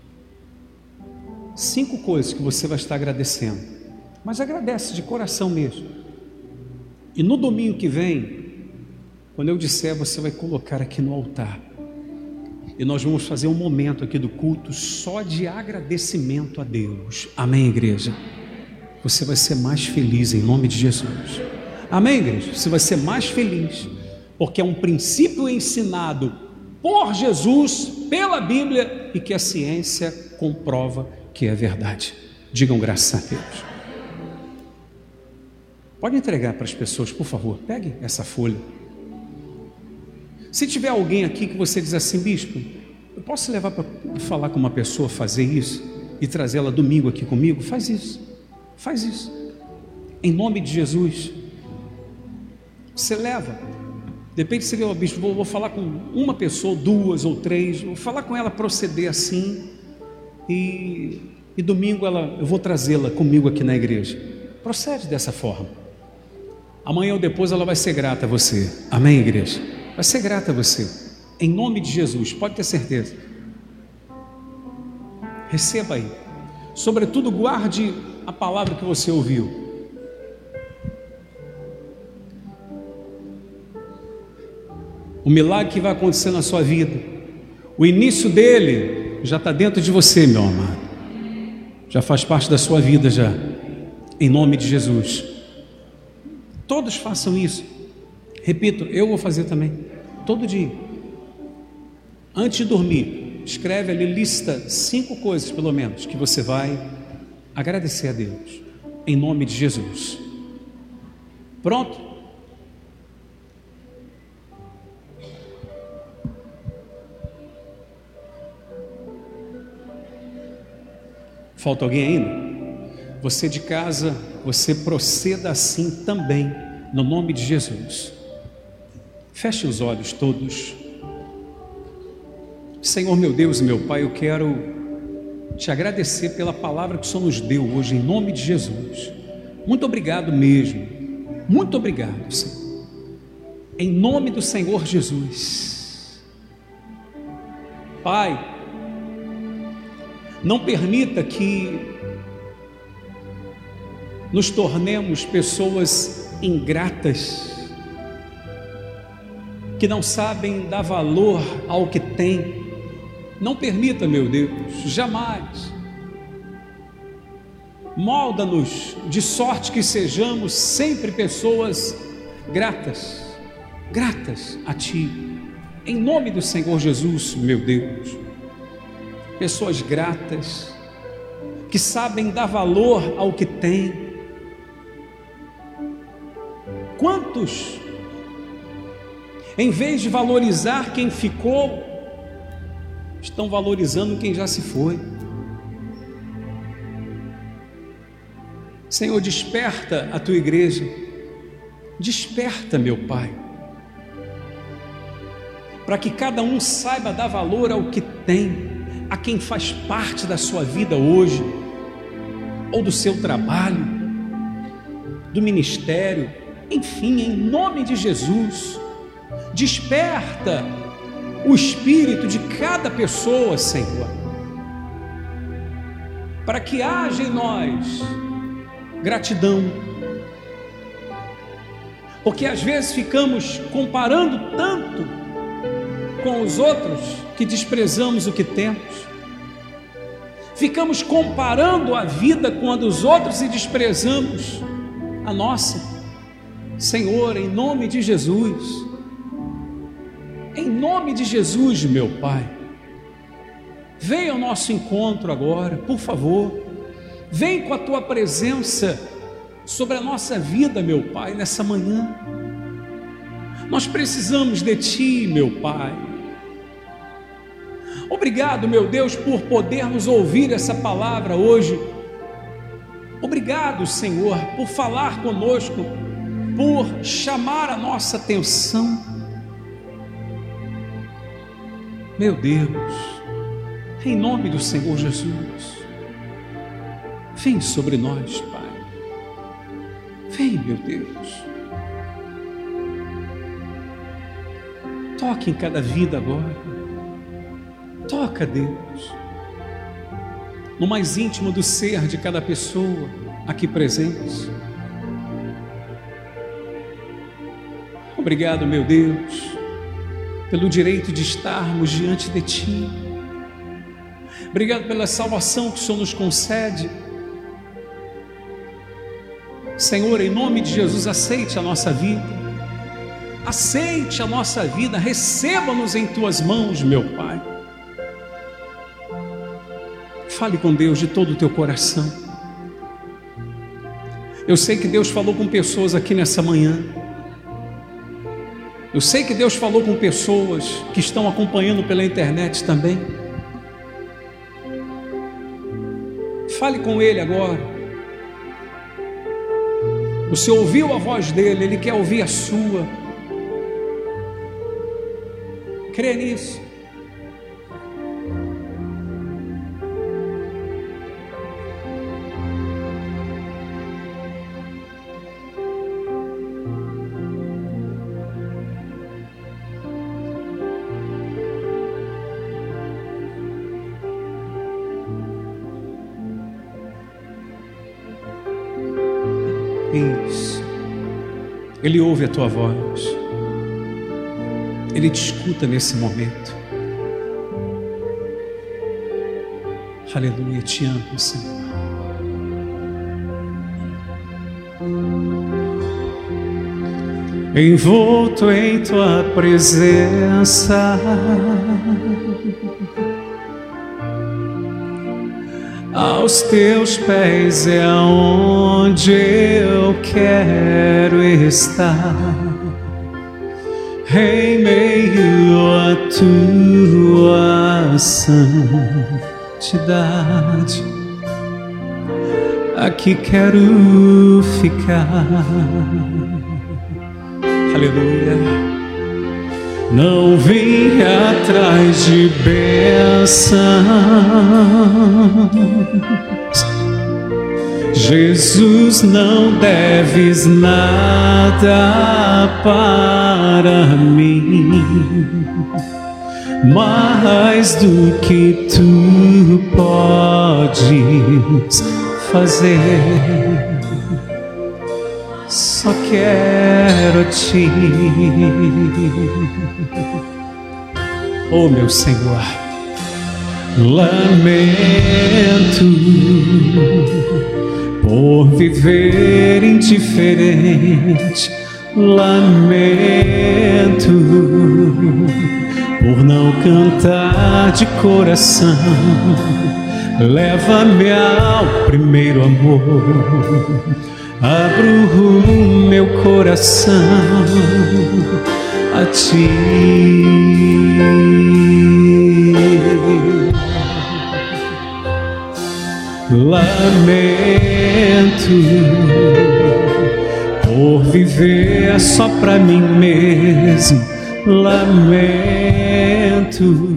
cinco coisas que você vai estar agradecendo, mas agradece de coração mesmo. E no domingo que vem, quando eu disser, você vai colocar aqui no altar, e nós vamos fazer um momento aqui do culto só de agradecimento a Deus. Amém, igreja? Você vai ser mais feliz em nome de Jesus. Amém, igreja? Você vai ser mais feliz, porque é um princípio ensinado por Jesus, pela Bíblia, e que a ciência comprova que é verdade. Digam graças a Deus. Pode entregar para as pessoas, por favor. Pegue essa folha. Se tiver alguém aqui que você diz assim, bispo, eu posso levar para falar com uma pessoa, fazer isso e trazê-la domingo aqui comigo? Faz isso. Faz isso. Em nome de Jesus. Você leva. Depende se você vê, bispo, vou, vou falar com uma pessoa, duas ou três, vou falar com ela, proceder assim. E, e domingo ela, eu vou trazê-la comigo aqui na igreja. Procede dessa forma. Amanhã ou depois ela vai ser grata a você. Amém, igreja? Vai ser grata a você. Em nome de Jesus, pode ter certeza. Receba aí. Sobretudo, guarde a palavra que você ouviu. O milagre que vai acontecer na sua vida, o início dele já está dentro de você, meu amado. Já faz parte da sua vida já. Em nome de Jesus. Todos façam isso. Repito, eu vou fazer também. todo dia. Antes de dormir, escreve ali, lista cinco coisas pelo menos que você vai agradecer a Deus, em nome de Jesus. Pronto? Falta alguém ainda? Você de casa, você proceda assim também, no nome de Jesus. Feche os olhos todos. Senhor meu Deus e meu Pai, eu quero te agradecer pela palavra que o Senhor nos deu hoje, em nome de Jesus. Muito obrigado mesmo, muito obrigado, Senhor, em nome do Senhor Jesus. Pai, não permita que nos tornemos pessoas ingratas, que não sabem dar valor ao que têm. Não permita, meu Deus, jamais. Molda-nos de sorte que sejamos sempre pessoas gratas, gratas a Ti, em nome do Senhor Jesus, meu Deus. Pessoas gratas, que sabem dar valor ao que têm. Quantos, em vez de valorizar quem ficou, estão valorizando quem já se foi? Senhor, desperta a Tua igreja, desperta, meu Pai, para que cada um saiba dar valor ao que tem, a quem faz parte da sua vida hoje, ou do seu trabalho, do ministério, enfim, em nome de Jesus. Desperta o espírito de cada pessoa, Senhor, para que haja em nós gratidão, porque às vezes ficamos comparando tanto com os outros que desprezamos o que temos, ficamos comparando a vida com a dos outros e desprezamos a nossa. Senhor, em nome de Jesus, em nome de Jesus, meu Pai, venha ao nosso encontro agora, por favor. Vem com a Tua presença sobre a nossa vida, meu Pai, nessa manhã. Nós precisamos de Ti, meu Pai. Obrigado, meu Deus, por podermos ouvir essa palavra hoje. Obrigado, Senhor, por falar conosco, por chamar a nossa atenção. Meu Deus, em nome do Senhor Jesus, vem sobre nós, Pai. Vem, meu Deus. Toque em cada vida agora. Toca, Deus, no mais íntimo do ser de cada pessoa aqui presente. Obrigado, meu Deus, pelo direito de estarmos diante de Ti. Obrigado pela salvação que o Senhor nos concede. Senhor, em nome de Jesus, aceite a nossa vida, aceite a nossa vida, receba-nos em Tuas mãos, meu Pai. Fale com Deus de todo o teu coração. Eu sei que Deus falou com pessoas aqui nessa manhã. Eu sei que Deus falou com pessoas que estão acompanhando pela internet também. Fale com Ele agora. O Senhor ouviu a voz dEle, Ele quer ouvir a sua. Crê nisso. Isso. Ele ouve a tua voz. Ele te escuta nesse momento. Aleluia, te amo, Senhor. envolto em tua presença. Aos teus pés é onde eu quero estar, em meio a tua santidade. Aqui quero ficar. Aleluia. Não vim atrás de bênçãos, Jesus, não deves nada para mim, mais do que tu podes fazer. Só quero a ti, oh meu Senhor. Lamento por viver indiferente, lamento por não cantar de coração. Leva-me ao primeiro amor, abro o meu coração a ti. Lamento por viver só pra mim mesmo, lamento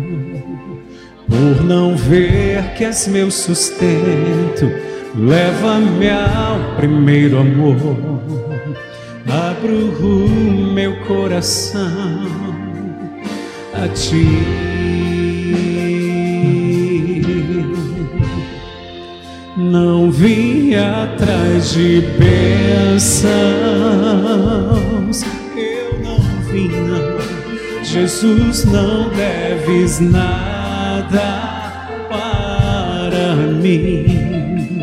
por não ver que és meu sustento. Leva-me ao primeiro amor, abro o meu coração a ti. Não vim atrás de bênçãos, eu não vim não. Jesus, não deves nada para mim,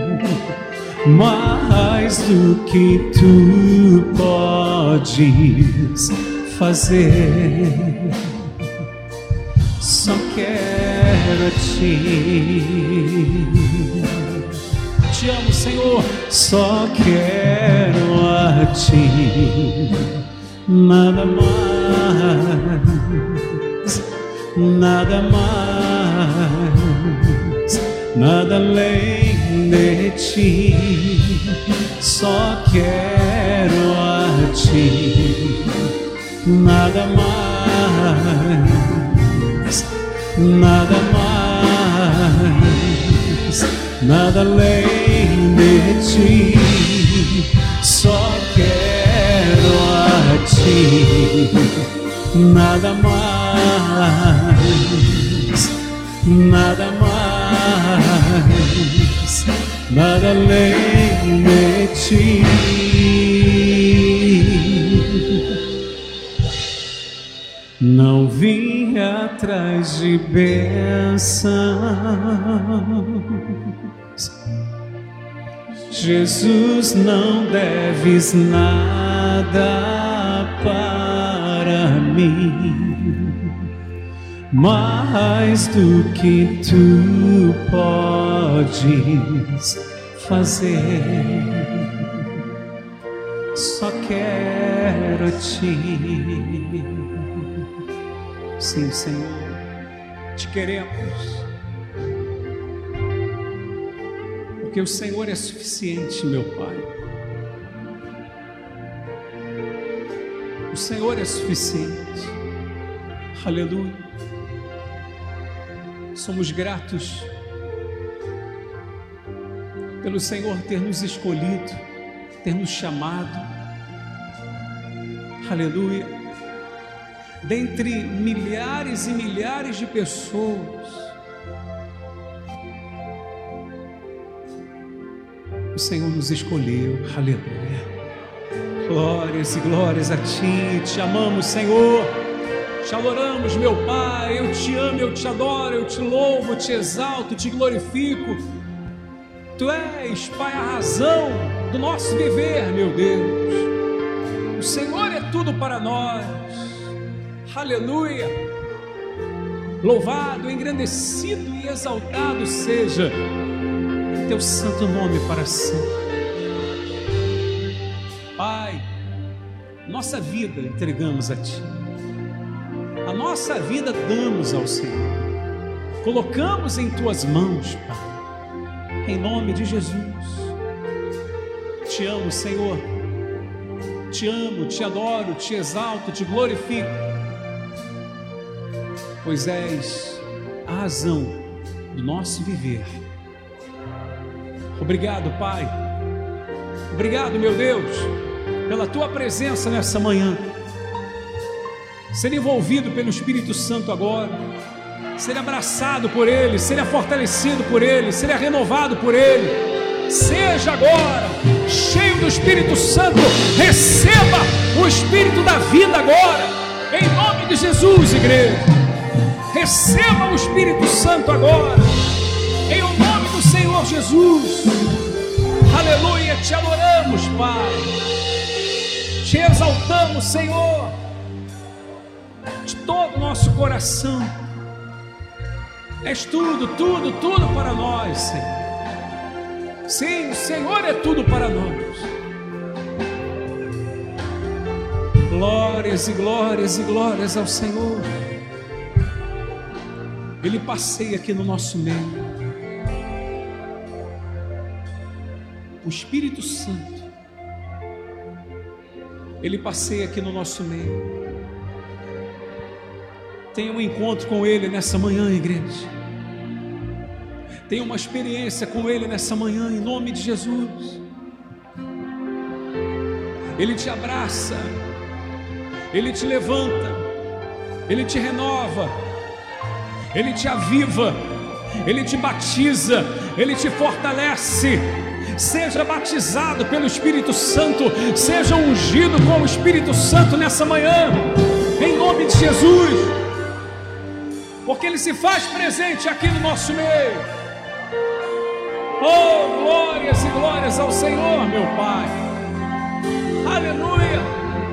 mais do que tu podes fazer. Só quero a ti. Te amo, Senhor. Só quero a ti. Nada mais, nada mais, nada além de ti. Só quero a ti. Nada mais, nada mais, nada além de ti. Só quero a ti. Nada mais, nada mais, nada além de ti. Não vim atrás de bênçãos, Jesus, não deves nada para mim, mais do que tu podes fazer. Só quero a ti. Sim, Senhor, te queremos, porque o Senhor é suficiente, meu Pai. O Senhor é suficiente. Aleluia. Somos gratos pelo Senhor ter nos escolhido, ter nos chamado. Aleluia. Dentre milhares e milhares de pessoas, o Senhor nos escolheu. Aleluia. Glórias e glórias a ti. Te amamos, Senhor. Te adoramos, meu Pai. Eu te amo, eu te adoro, eu te louvo, eu te exalto, te glorifico. Tu és, Pai, a razão do nosso viver, meu Deus. O Senhor é tudo para nós. Aleluia. Louvado, engrandecido e exaltado seja teu santo nome para sempre. Pai, nossa vida entregamos a Ti, a nossa vida damos ao Senhor, colocamos em Tuas mãos, Pai, em nome de Jesus. Te amo, Senhor, te amo, te adoro, te exalto, te glorifico, pois és a razão do nosso viver. Obrigado, Pai, obrigado, meu Deus, pela Tua presença nessa manhã. Ser envolvido pelo Espírito Santo agora, ser abraçado por Ele, ser fortalecido por Ele, ser renovado por Ele. Seja agora cheio do Espírito Santo, receba o Espírito da vida agora, em nome de Jesus, igreja. Receba o Espírito Santo agora, em o nome do Senhor Jesus. Aleluia, te adoramos, Pai, te exaltamos, Senhor, de todo o nosso coração. És tudo, tudo, tudo para nós, Senhor. Sim, o Senhor é tudo para nós. Glórias e glórias e glórias ao Senhor. Ele passeia aqui no nosso meio. O Espírito Santo, Ele passeia aqui no nosso meio. Tenha um encontro com Ele nessa manhã, igreja. Tenha uma experiência com Ele nessa manhã, em nome de Jesus. Ele te abraça, Ele te levanta, Ele te renova, Ele te aviva, Ele te batiza, Ele te fortalece. Seja batizado pelo Espírito Santo, seja ungido com o Espírito Santo nessa manhã, em nome de Jesus, porque Ele se faz presente aqui no nosso meio. Oh, glórias e glórias ao Senhor, meu Pai. Aleluia.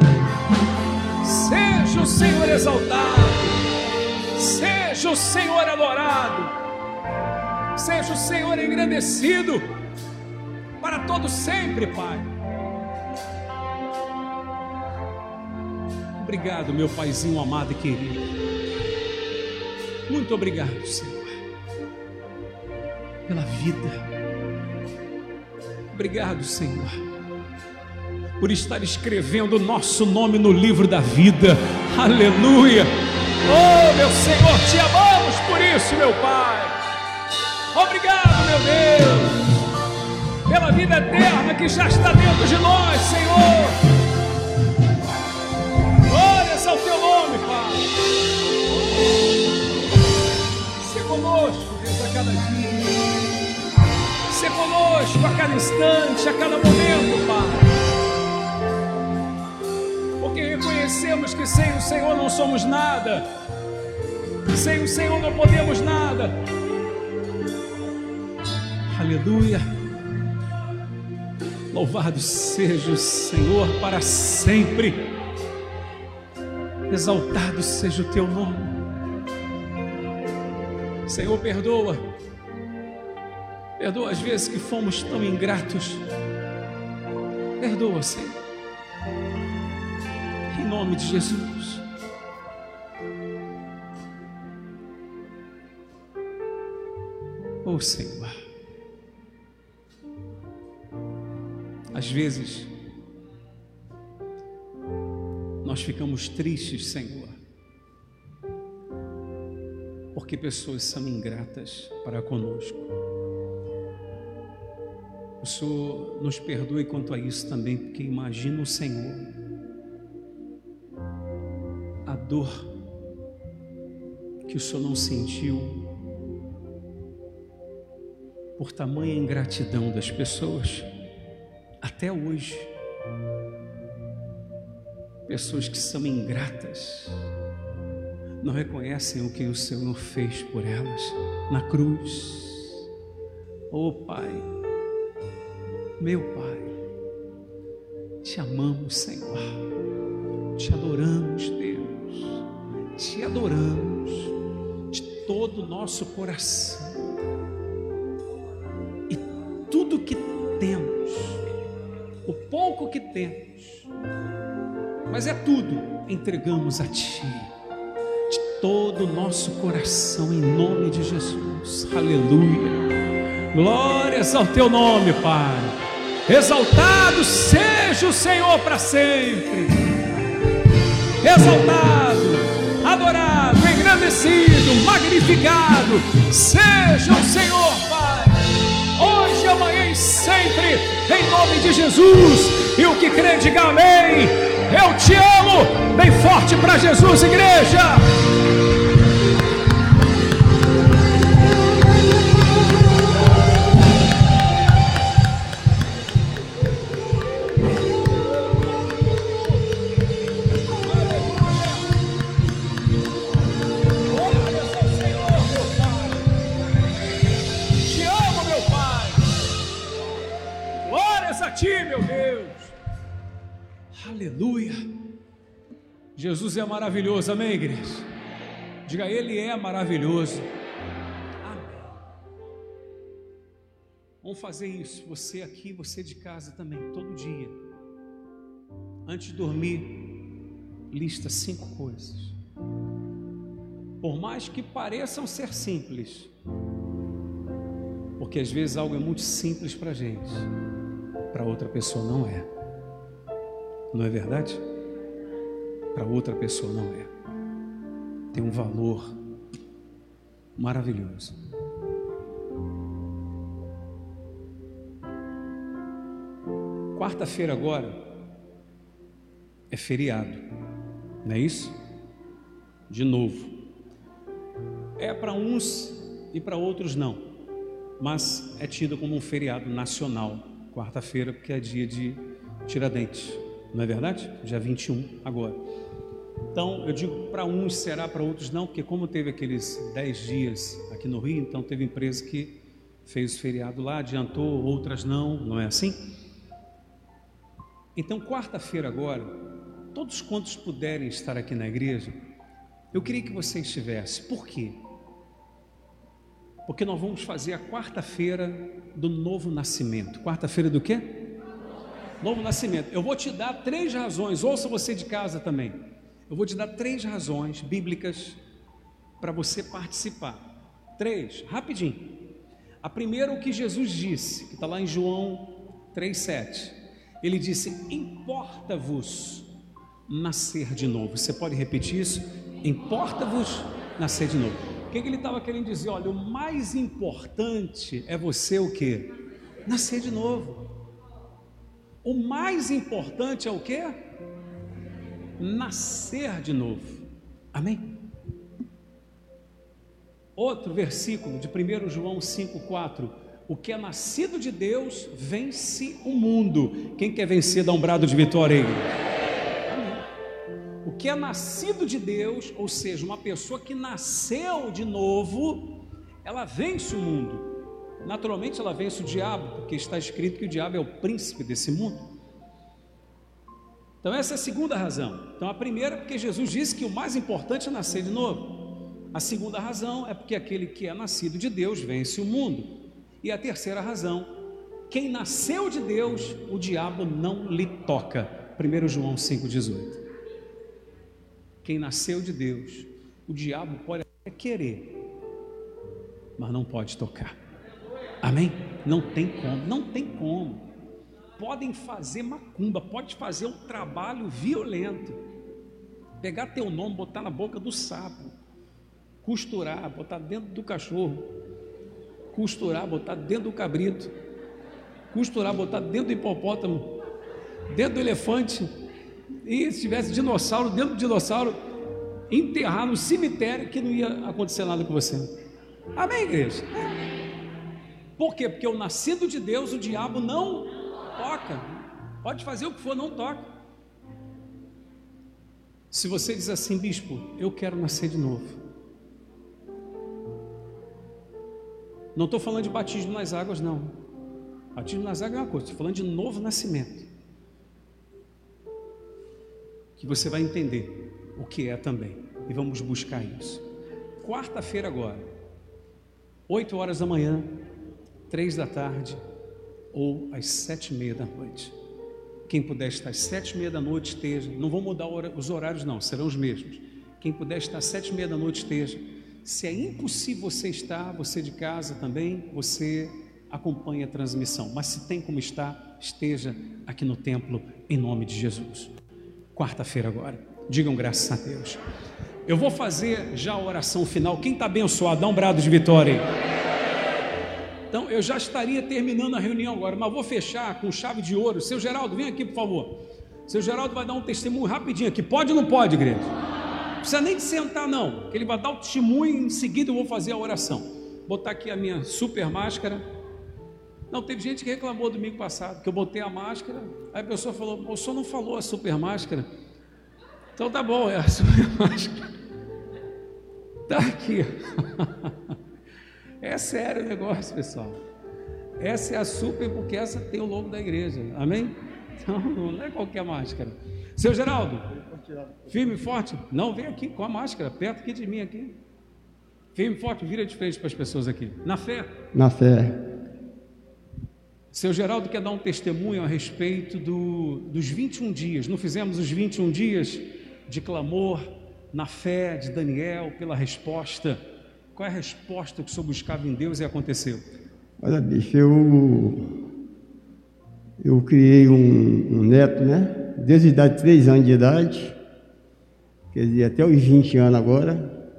Seja o Senhor exaltado, seja o Senhor adorado, seja o Senhor engrandecido para todo sempre, Pai. Obrigado, meu Paizinho amado e querido. Muito obrigado, Senhor, pela vida. Obrigado, Senhor, por estar escrevendo o nosso nome no livro da vida. Aleluia. Oh, meu Senhor, te amamos por isso, meu Pai. Obrigado, meu Deus, pela vida eterna que já está dentro de nós, Senhor. Glórias ao teu nome, Pai. Se conosco, Deus, a cada dia. Se conosco a cada instante, a cada momento, Pai. Porque reconhecemos que sem o Senhor não somos nada. Sem o Senhor não podemos nada. Aleluia. Louvado seja o Senhor para sempre. Exaltado seja o teu nome. Senhor, perdoa. Perdoa as vezes que fomos tão ingratos. Perdoa, Senhor. Em nome de Jesus. Oh, Senhor. Às vezes nós ficamos tristes, Senhor, porque pessoas são ingratas para conosco. O Senhor nos perdoe quanto a isso também, porque imagina o Senhor, a dor que o Senhor não sentiu por tamanha ingratidão das pessoas. Até hoje, pessoas que são ingratas não reconhecem o que o Senhor fez por elas na cruz. Oh, Pai, meu Pai, te amamos, Senhor, te adoramos, Deus, te adoramos de todo o nosso coração. E tudo que temos, o pouco que temos, mas é tudo, entregamos a Ti, de todo o nosso coração, em nome de Jesus. Aleluia. Glórias ao Teu nome, Pai. Exaltado seja o Senhor para sempre. Exaltado, adorado, engrandecido, magnificado seja o Senhor, Pai, hoje, amanhã e sempre, em nome de Jesus. E o que crê, diga amém. Eu te amo. Bem forte para Jesus, igreja. Meu Deus, aleluia. Jesus é maravilhoso, amém, igreja? Diga, Ele é maravilhoso, amém. Vamos fazer isso, você aqui, você de casa também, todo dia, antes de dormir, lista cinco coisas, por mais que pareçam ser simples, porque às vezes algo é muito simples para a gente, para outra pessoa não é. Não é verdade? Para outra pessoa não é. Tem um valor maravilhoso. Quarta-feira agora é feriado, não é isso? De novo. É para uns e para outros não, mas é tido como um feriado nacional. Quarta-feira, porque é dia de Tiradentes, não é verdade? Dia vinte e um agora. Então, eu digo para uns será, para outros não, porque como teve aqueles dez dias aqui no Rio, então teve empresa que fez o feriado lá, adiantou, outras não, não é assim? Então, quarta-feira agora, todos quantos puderem estar aqui na igreja, eu queria que você estivesse. Por quê? Porque nós vamos fazer a quarta-feira do novo nascimento. Quarta-feira do quê? Novo nascimento. Eu vou te dar três razões, ouça você de casa também. Eu vou te dar três razões bíblicas para você participar. Três, rapidinho. A primeira, o que Jesus disse, que está lá em João três, sete. Ele disse, importa-vos nascer de novo. Você pode repetir isso? Importa-vos nascer de novo. O que, que ele estava querendo dizer? Olha, o mais importante é você o quê? Nascer de novo. O mais importante é o quê? Nascer de novo. Amém? Outro versículo de primeiro João cinco, quatro. O que é nascido de Deus vence o mundo. Quem quer vencer, dá um brado de vitória aí. O que é nascido de Deus, ou seja, uma pessoa que nasceu de novo, ela vence o mundo. Naturalmente ela vence o diabo, porque está escrito que o diabo é o príncipe desse mundo. Então essa é a segunda razão. Então a primeira é porque Jesus disse que o mais importante é nascer de novo. A segunda razão é porque aquele que é nascido de Deus vence o mundo. E a terceira razão, quem nasceu de Deus, o diabo não lhe toca. primeiro João cinco, dezoito. Quem nasceu de Deus, o diabo pode até querer, mas não pode tocar. Amém? Não tem como, não tem como. Podem fazer macumba, pode fazer um trabalho violento, pegar teu nome, botar na boca do sapo, costurar, botar dentro do cachorro, costurar, botar dentro do cabrito, costurar, botar dentro do hipopótamo, dentro do elefante, e se tivesse dinossauro dentro do dinossauro, enterrar no cemitério, que não ia acontecer nada com você. Amém, igreja? Por quê? Porque o nascido de Deus, o diabo não toca. Pode fazer o que for, não toca. Se você diz assim, bispo, eu quero nascer de novo. Não estou falando de batismo nas águas, não. Batismo nas águas é uma coisa, estou falando de novo nascimento. que você vai entender o que é também. E vamos buscar isso. Quarta-feira agora, oito horas da manhã, três da tarde ou às sete e meia da noite. Quem puder estar às sete e meia da noite esteja. Não vão mudar os horários não, serão os mesmos. Quem puder estar às sete e meia da noite esteja. Se é impossível você estar, você de casa também, você acompanha a transmissão. Mas se tem como estar, esteja aqui no templo em nome de Jesus. Quarta-feira agora. Digam graças a Deus. Eu vou fazer já a oração final. Quem está abençoado, dá um brado de vitória aí. Então, eu já estaria terminando a reunião agora, mas vou fechar com chave de ouro. Seu Geraldo, vem aqui, por favor. Seu Geraldo vai dar um testemunho rapidinho aqui. Pode ou não pode, igreja? Não precisa nem de sentar, não. Ele vai dar o testemunho e em seguida eu vou fazer a oração. Vou botar aqui a minha super máscara. Não, teve gente que reclamou domingo passado, que eu botei a máscara. Aí a pessoa falou, o senhor não falou a super máscara? Então tá bom, é a super máscara. Tá aqui. É sério o negócio, pessoal. Essa é a super, porque essa tem o logo da igreja. Amém? Então, não é qualquer máscara. Seu Geraldo, firme e forte. Não, vem aqui com a máscara, perto aqui de mim aqui. Firme e forte, vira de frente para as pessoas aqui. Na fé. Na fé. Seu Geraldo quer dar um testemunho a respeito do, dos vinte e um dias. Não fizemos os vinte e um dias de clamor na fé de Daniel pela resposta. Qual é a resposta que o senhor buscava em Deus e aconteceu? Olha, bicho, eu, eu criei um, um neto, né? Desde a idade de três anos de idade, quer dizer, até os vinte anos agora.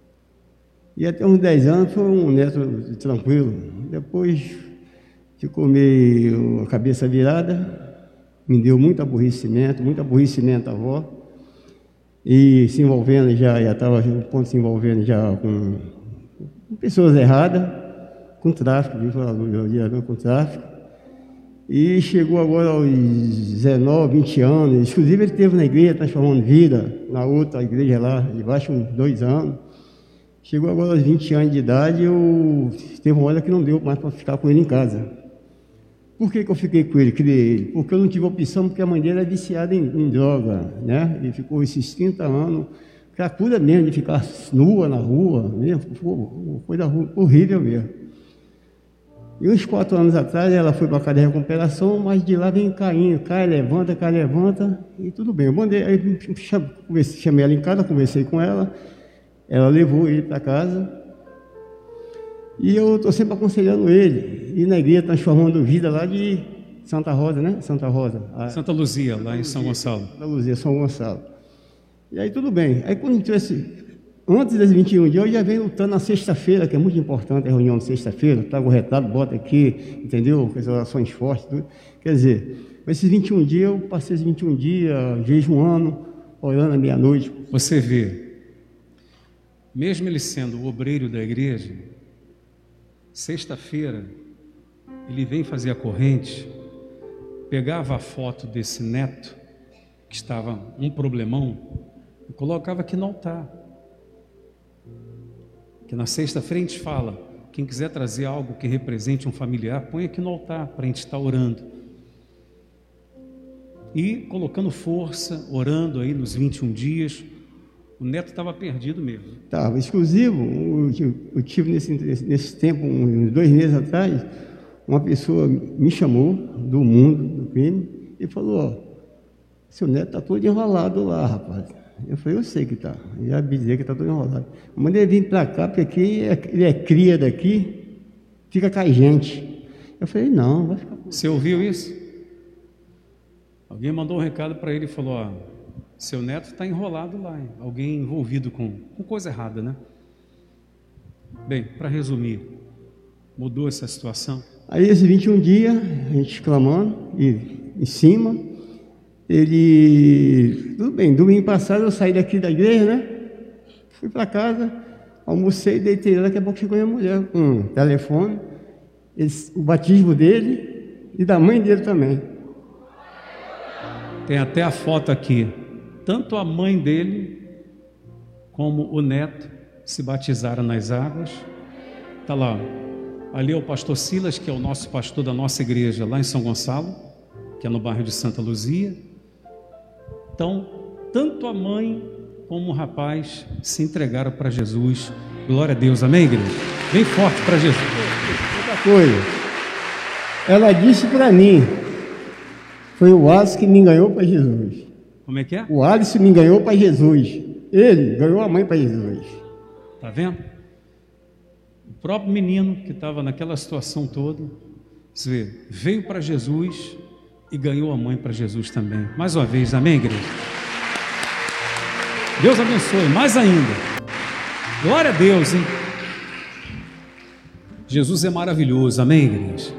E até uns dez anos foi um neto tranquilo. Depois ficou meio a cabeça virada, me deu muito aborrecimento, muito aborrecimento a avó. E se envolvendo já, já estava no ponto se envolvendo já com, com pessoas erradas, com tráfico, viu? Com tráfico. E chegou agora aos dezenove, vinte anos. Inclusive ele esteve na igreja transformando vida, na outra igreja lá, debaixo uns dois anos. Chegou agora aos vinte anos de idade, eu teve uma hora que não deu mais para ficar com ele em casa. Por que que eu fiquei com ele, criei ele? Porque eu não tive opção, porque a mãe dele era viciada em, em droga, né? Ele ficou esses trinta anos, cracuda mesmo, de ficar nua na rua, mesmo, uma coisa horrível mesmo. E uns quatro anos atrás, ela foi para a casa de recuperação, mas de lá vem caindo, cai, levanta, cai, levanta, e tudo bem. Eu mandei, aí chamei ela em casa, conversei com ela, ela levou ele para casa. E eu estou sempre aconselhando ele, ir na igreja transformando vida lá de Santa Rosa, né? Santa Rosa. A... Santa Luzia, lá em São Gonçalo. Santa Luzia, São Gonçalo. E aí tudo bem. Aí quando entrou esse... Antes desses vinte e um dias, eu já venho lutando na sexta-feira, que é muito importante a reunião de sexta-feira. Trago o retrato, bota aqui, entendeu? Com as orações fortes, tudo. Quer dizer, esses vinte e um dias, eu passei esses vinte e um dias, jejuando, orando à meia-noite. Você vê, mesmo ele sendo o obreiro da igreja, sexta-feira, ele vem fazer a corrente, pegava a foto desse neto, que estava um problemão, e colocava aqui no altar. Que na sexta-feira a gente fala, quem quiser trazer algo que represente um familiar, põe aqui no altar, para a gente estar orando. E colocando força, orando aí nos vinte e um dias, o neto estava perdido mesmo. Estava exclusivo. Eu, eu tive nesse, nesse tempo, uns dois meses atrás, uma pessoa me chamou do mundo do crime e falou: ó, seu neto está todo enrolado lá, rapaz. Eu falei: eu sei que está, já dizer que está todo enrolado. Eu mandei ele vir para cá, porque aqui ele é cria daqui, fica com a gente. Eu falei: não, vai ficar. Você ouviu isso? Alguém mandou um recado para ele e falou: ó, seu neto está enrolado lá, hein? Alguém envolvido com, com coisa errada, né? Bem, para resumir, mudou essa situação? Aí, esses vinte e um dias, a gente clamando, e em cima, ele... Tudo bem, domingo passado eu saí daqui da igreja, né? Fui para casa, almocei, deitei, daqui a pouco chegou minha mulher com um telefone, esse, o batismo dele e da mãe dele também. Tem até a foto aqui. Tanto a mãe dele como o neto se batizaram nas águas. Está lá, ali é o pastor Silas, que é o nosso pastor da nossa igreja lá em São Gonçalo, que é no bairro de Santa Luzia. Então, tanto a mãe como o rapaz se entregaram para Jesus. Glória a Deus, amém, igreja? Bem forte para Jesus. Outra coisa, ela disse para mim, foi o Alisson que me enganou para Jesus. Como é que é? O Alisson me enganou para Jesus. Ele ganhou a mãe para Jesus. Tá vendo? O próprio menino que estava naquela situação toda, você vê, veio para Jesus e ganhou a mãe para Jesus também. Mais uma vez, amém, igreja? Deus abençoe, mais ainda. Glória a Deus, hein? Jesus é maravilhoso, amém, igreja?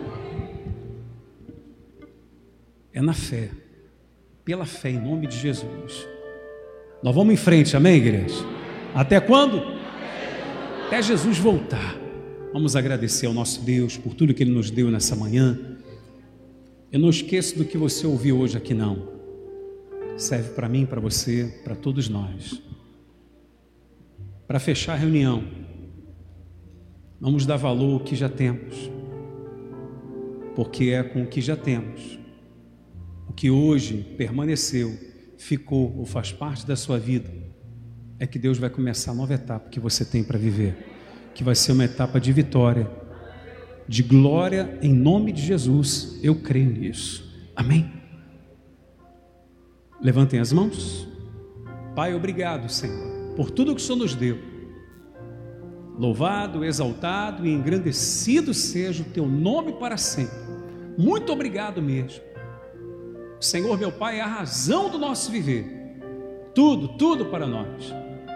É na fé, pela fé, em nome de Jesus. Nós vamos em frente, amém, igreja? Até quando? Até Jesus voltar. Vamos agradecer ao nosso Deus por tudo que Ele nos deu nessa manhã. Eu não esqueço do que você ouviu hoje aqui, não. Serve para mim, para você, para todos nós. Para fechar a reunião, vamos dar valor ao que já temos, porque é com o que já temos, o que hoje permaneceu, ficou ou faz parte da sua vida, é que Deus vai começar a nova etapa que você tem para viver, que vai ser uma etapa de vitória, de glória em nome de Jesus. Eu creio nisso, amém? Levantem as mãos. Pai, obrigado, Senhor, por tudo que o Senhor nos deu. Louvado, exaltado e engrandecido seja o teu nome para sempre. Muito obrigado mesmo. O Senhor, meu Pai, é a razão do nosso viver. Tudo, tudo para nós.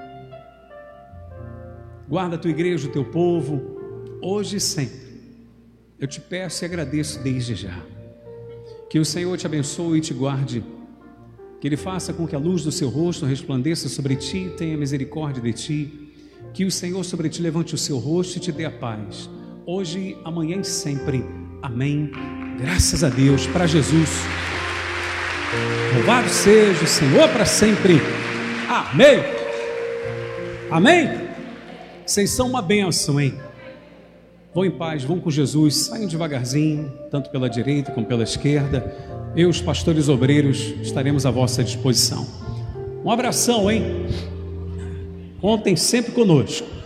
Guarda a tua igreja, o teu povo, hoje e sempre. Eu te peço e agradeço desde já. Que o Senhor te abençoe e te guarde. Que Ele faça com que a luz do seu rosto resplandeça sobre ti e tenha misericórdia de ti. Que o Senhor sobre ti levante o seu rosto e te dê a paz. Hoje, amanhã e sempre. Amém. Graças a Deus, para Jesus. Louvado seja o Senhor para sempre. Amém. Amém. Vocês são uma bênção, hein? Vão em paz, vão com Jesus. Saiam devagarzinho, tanto pela direita como pela esquerda. Eu, os pastores obreiros, estaremos à vossa disposição. Um abração, hein? Contem sempre conosco.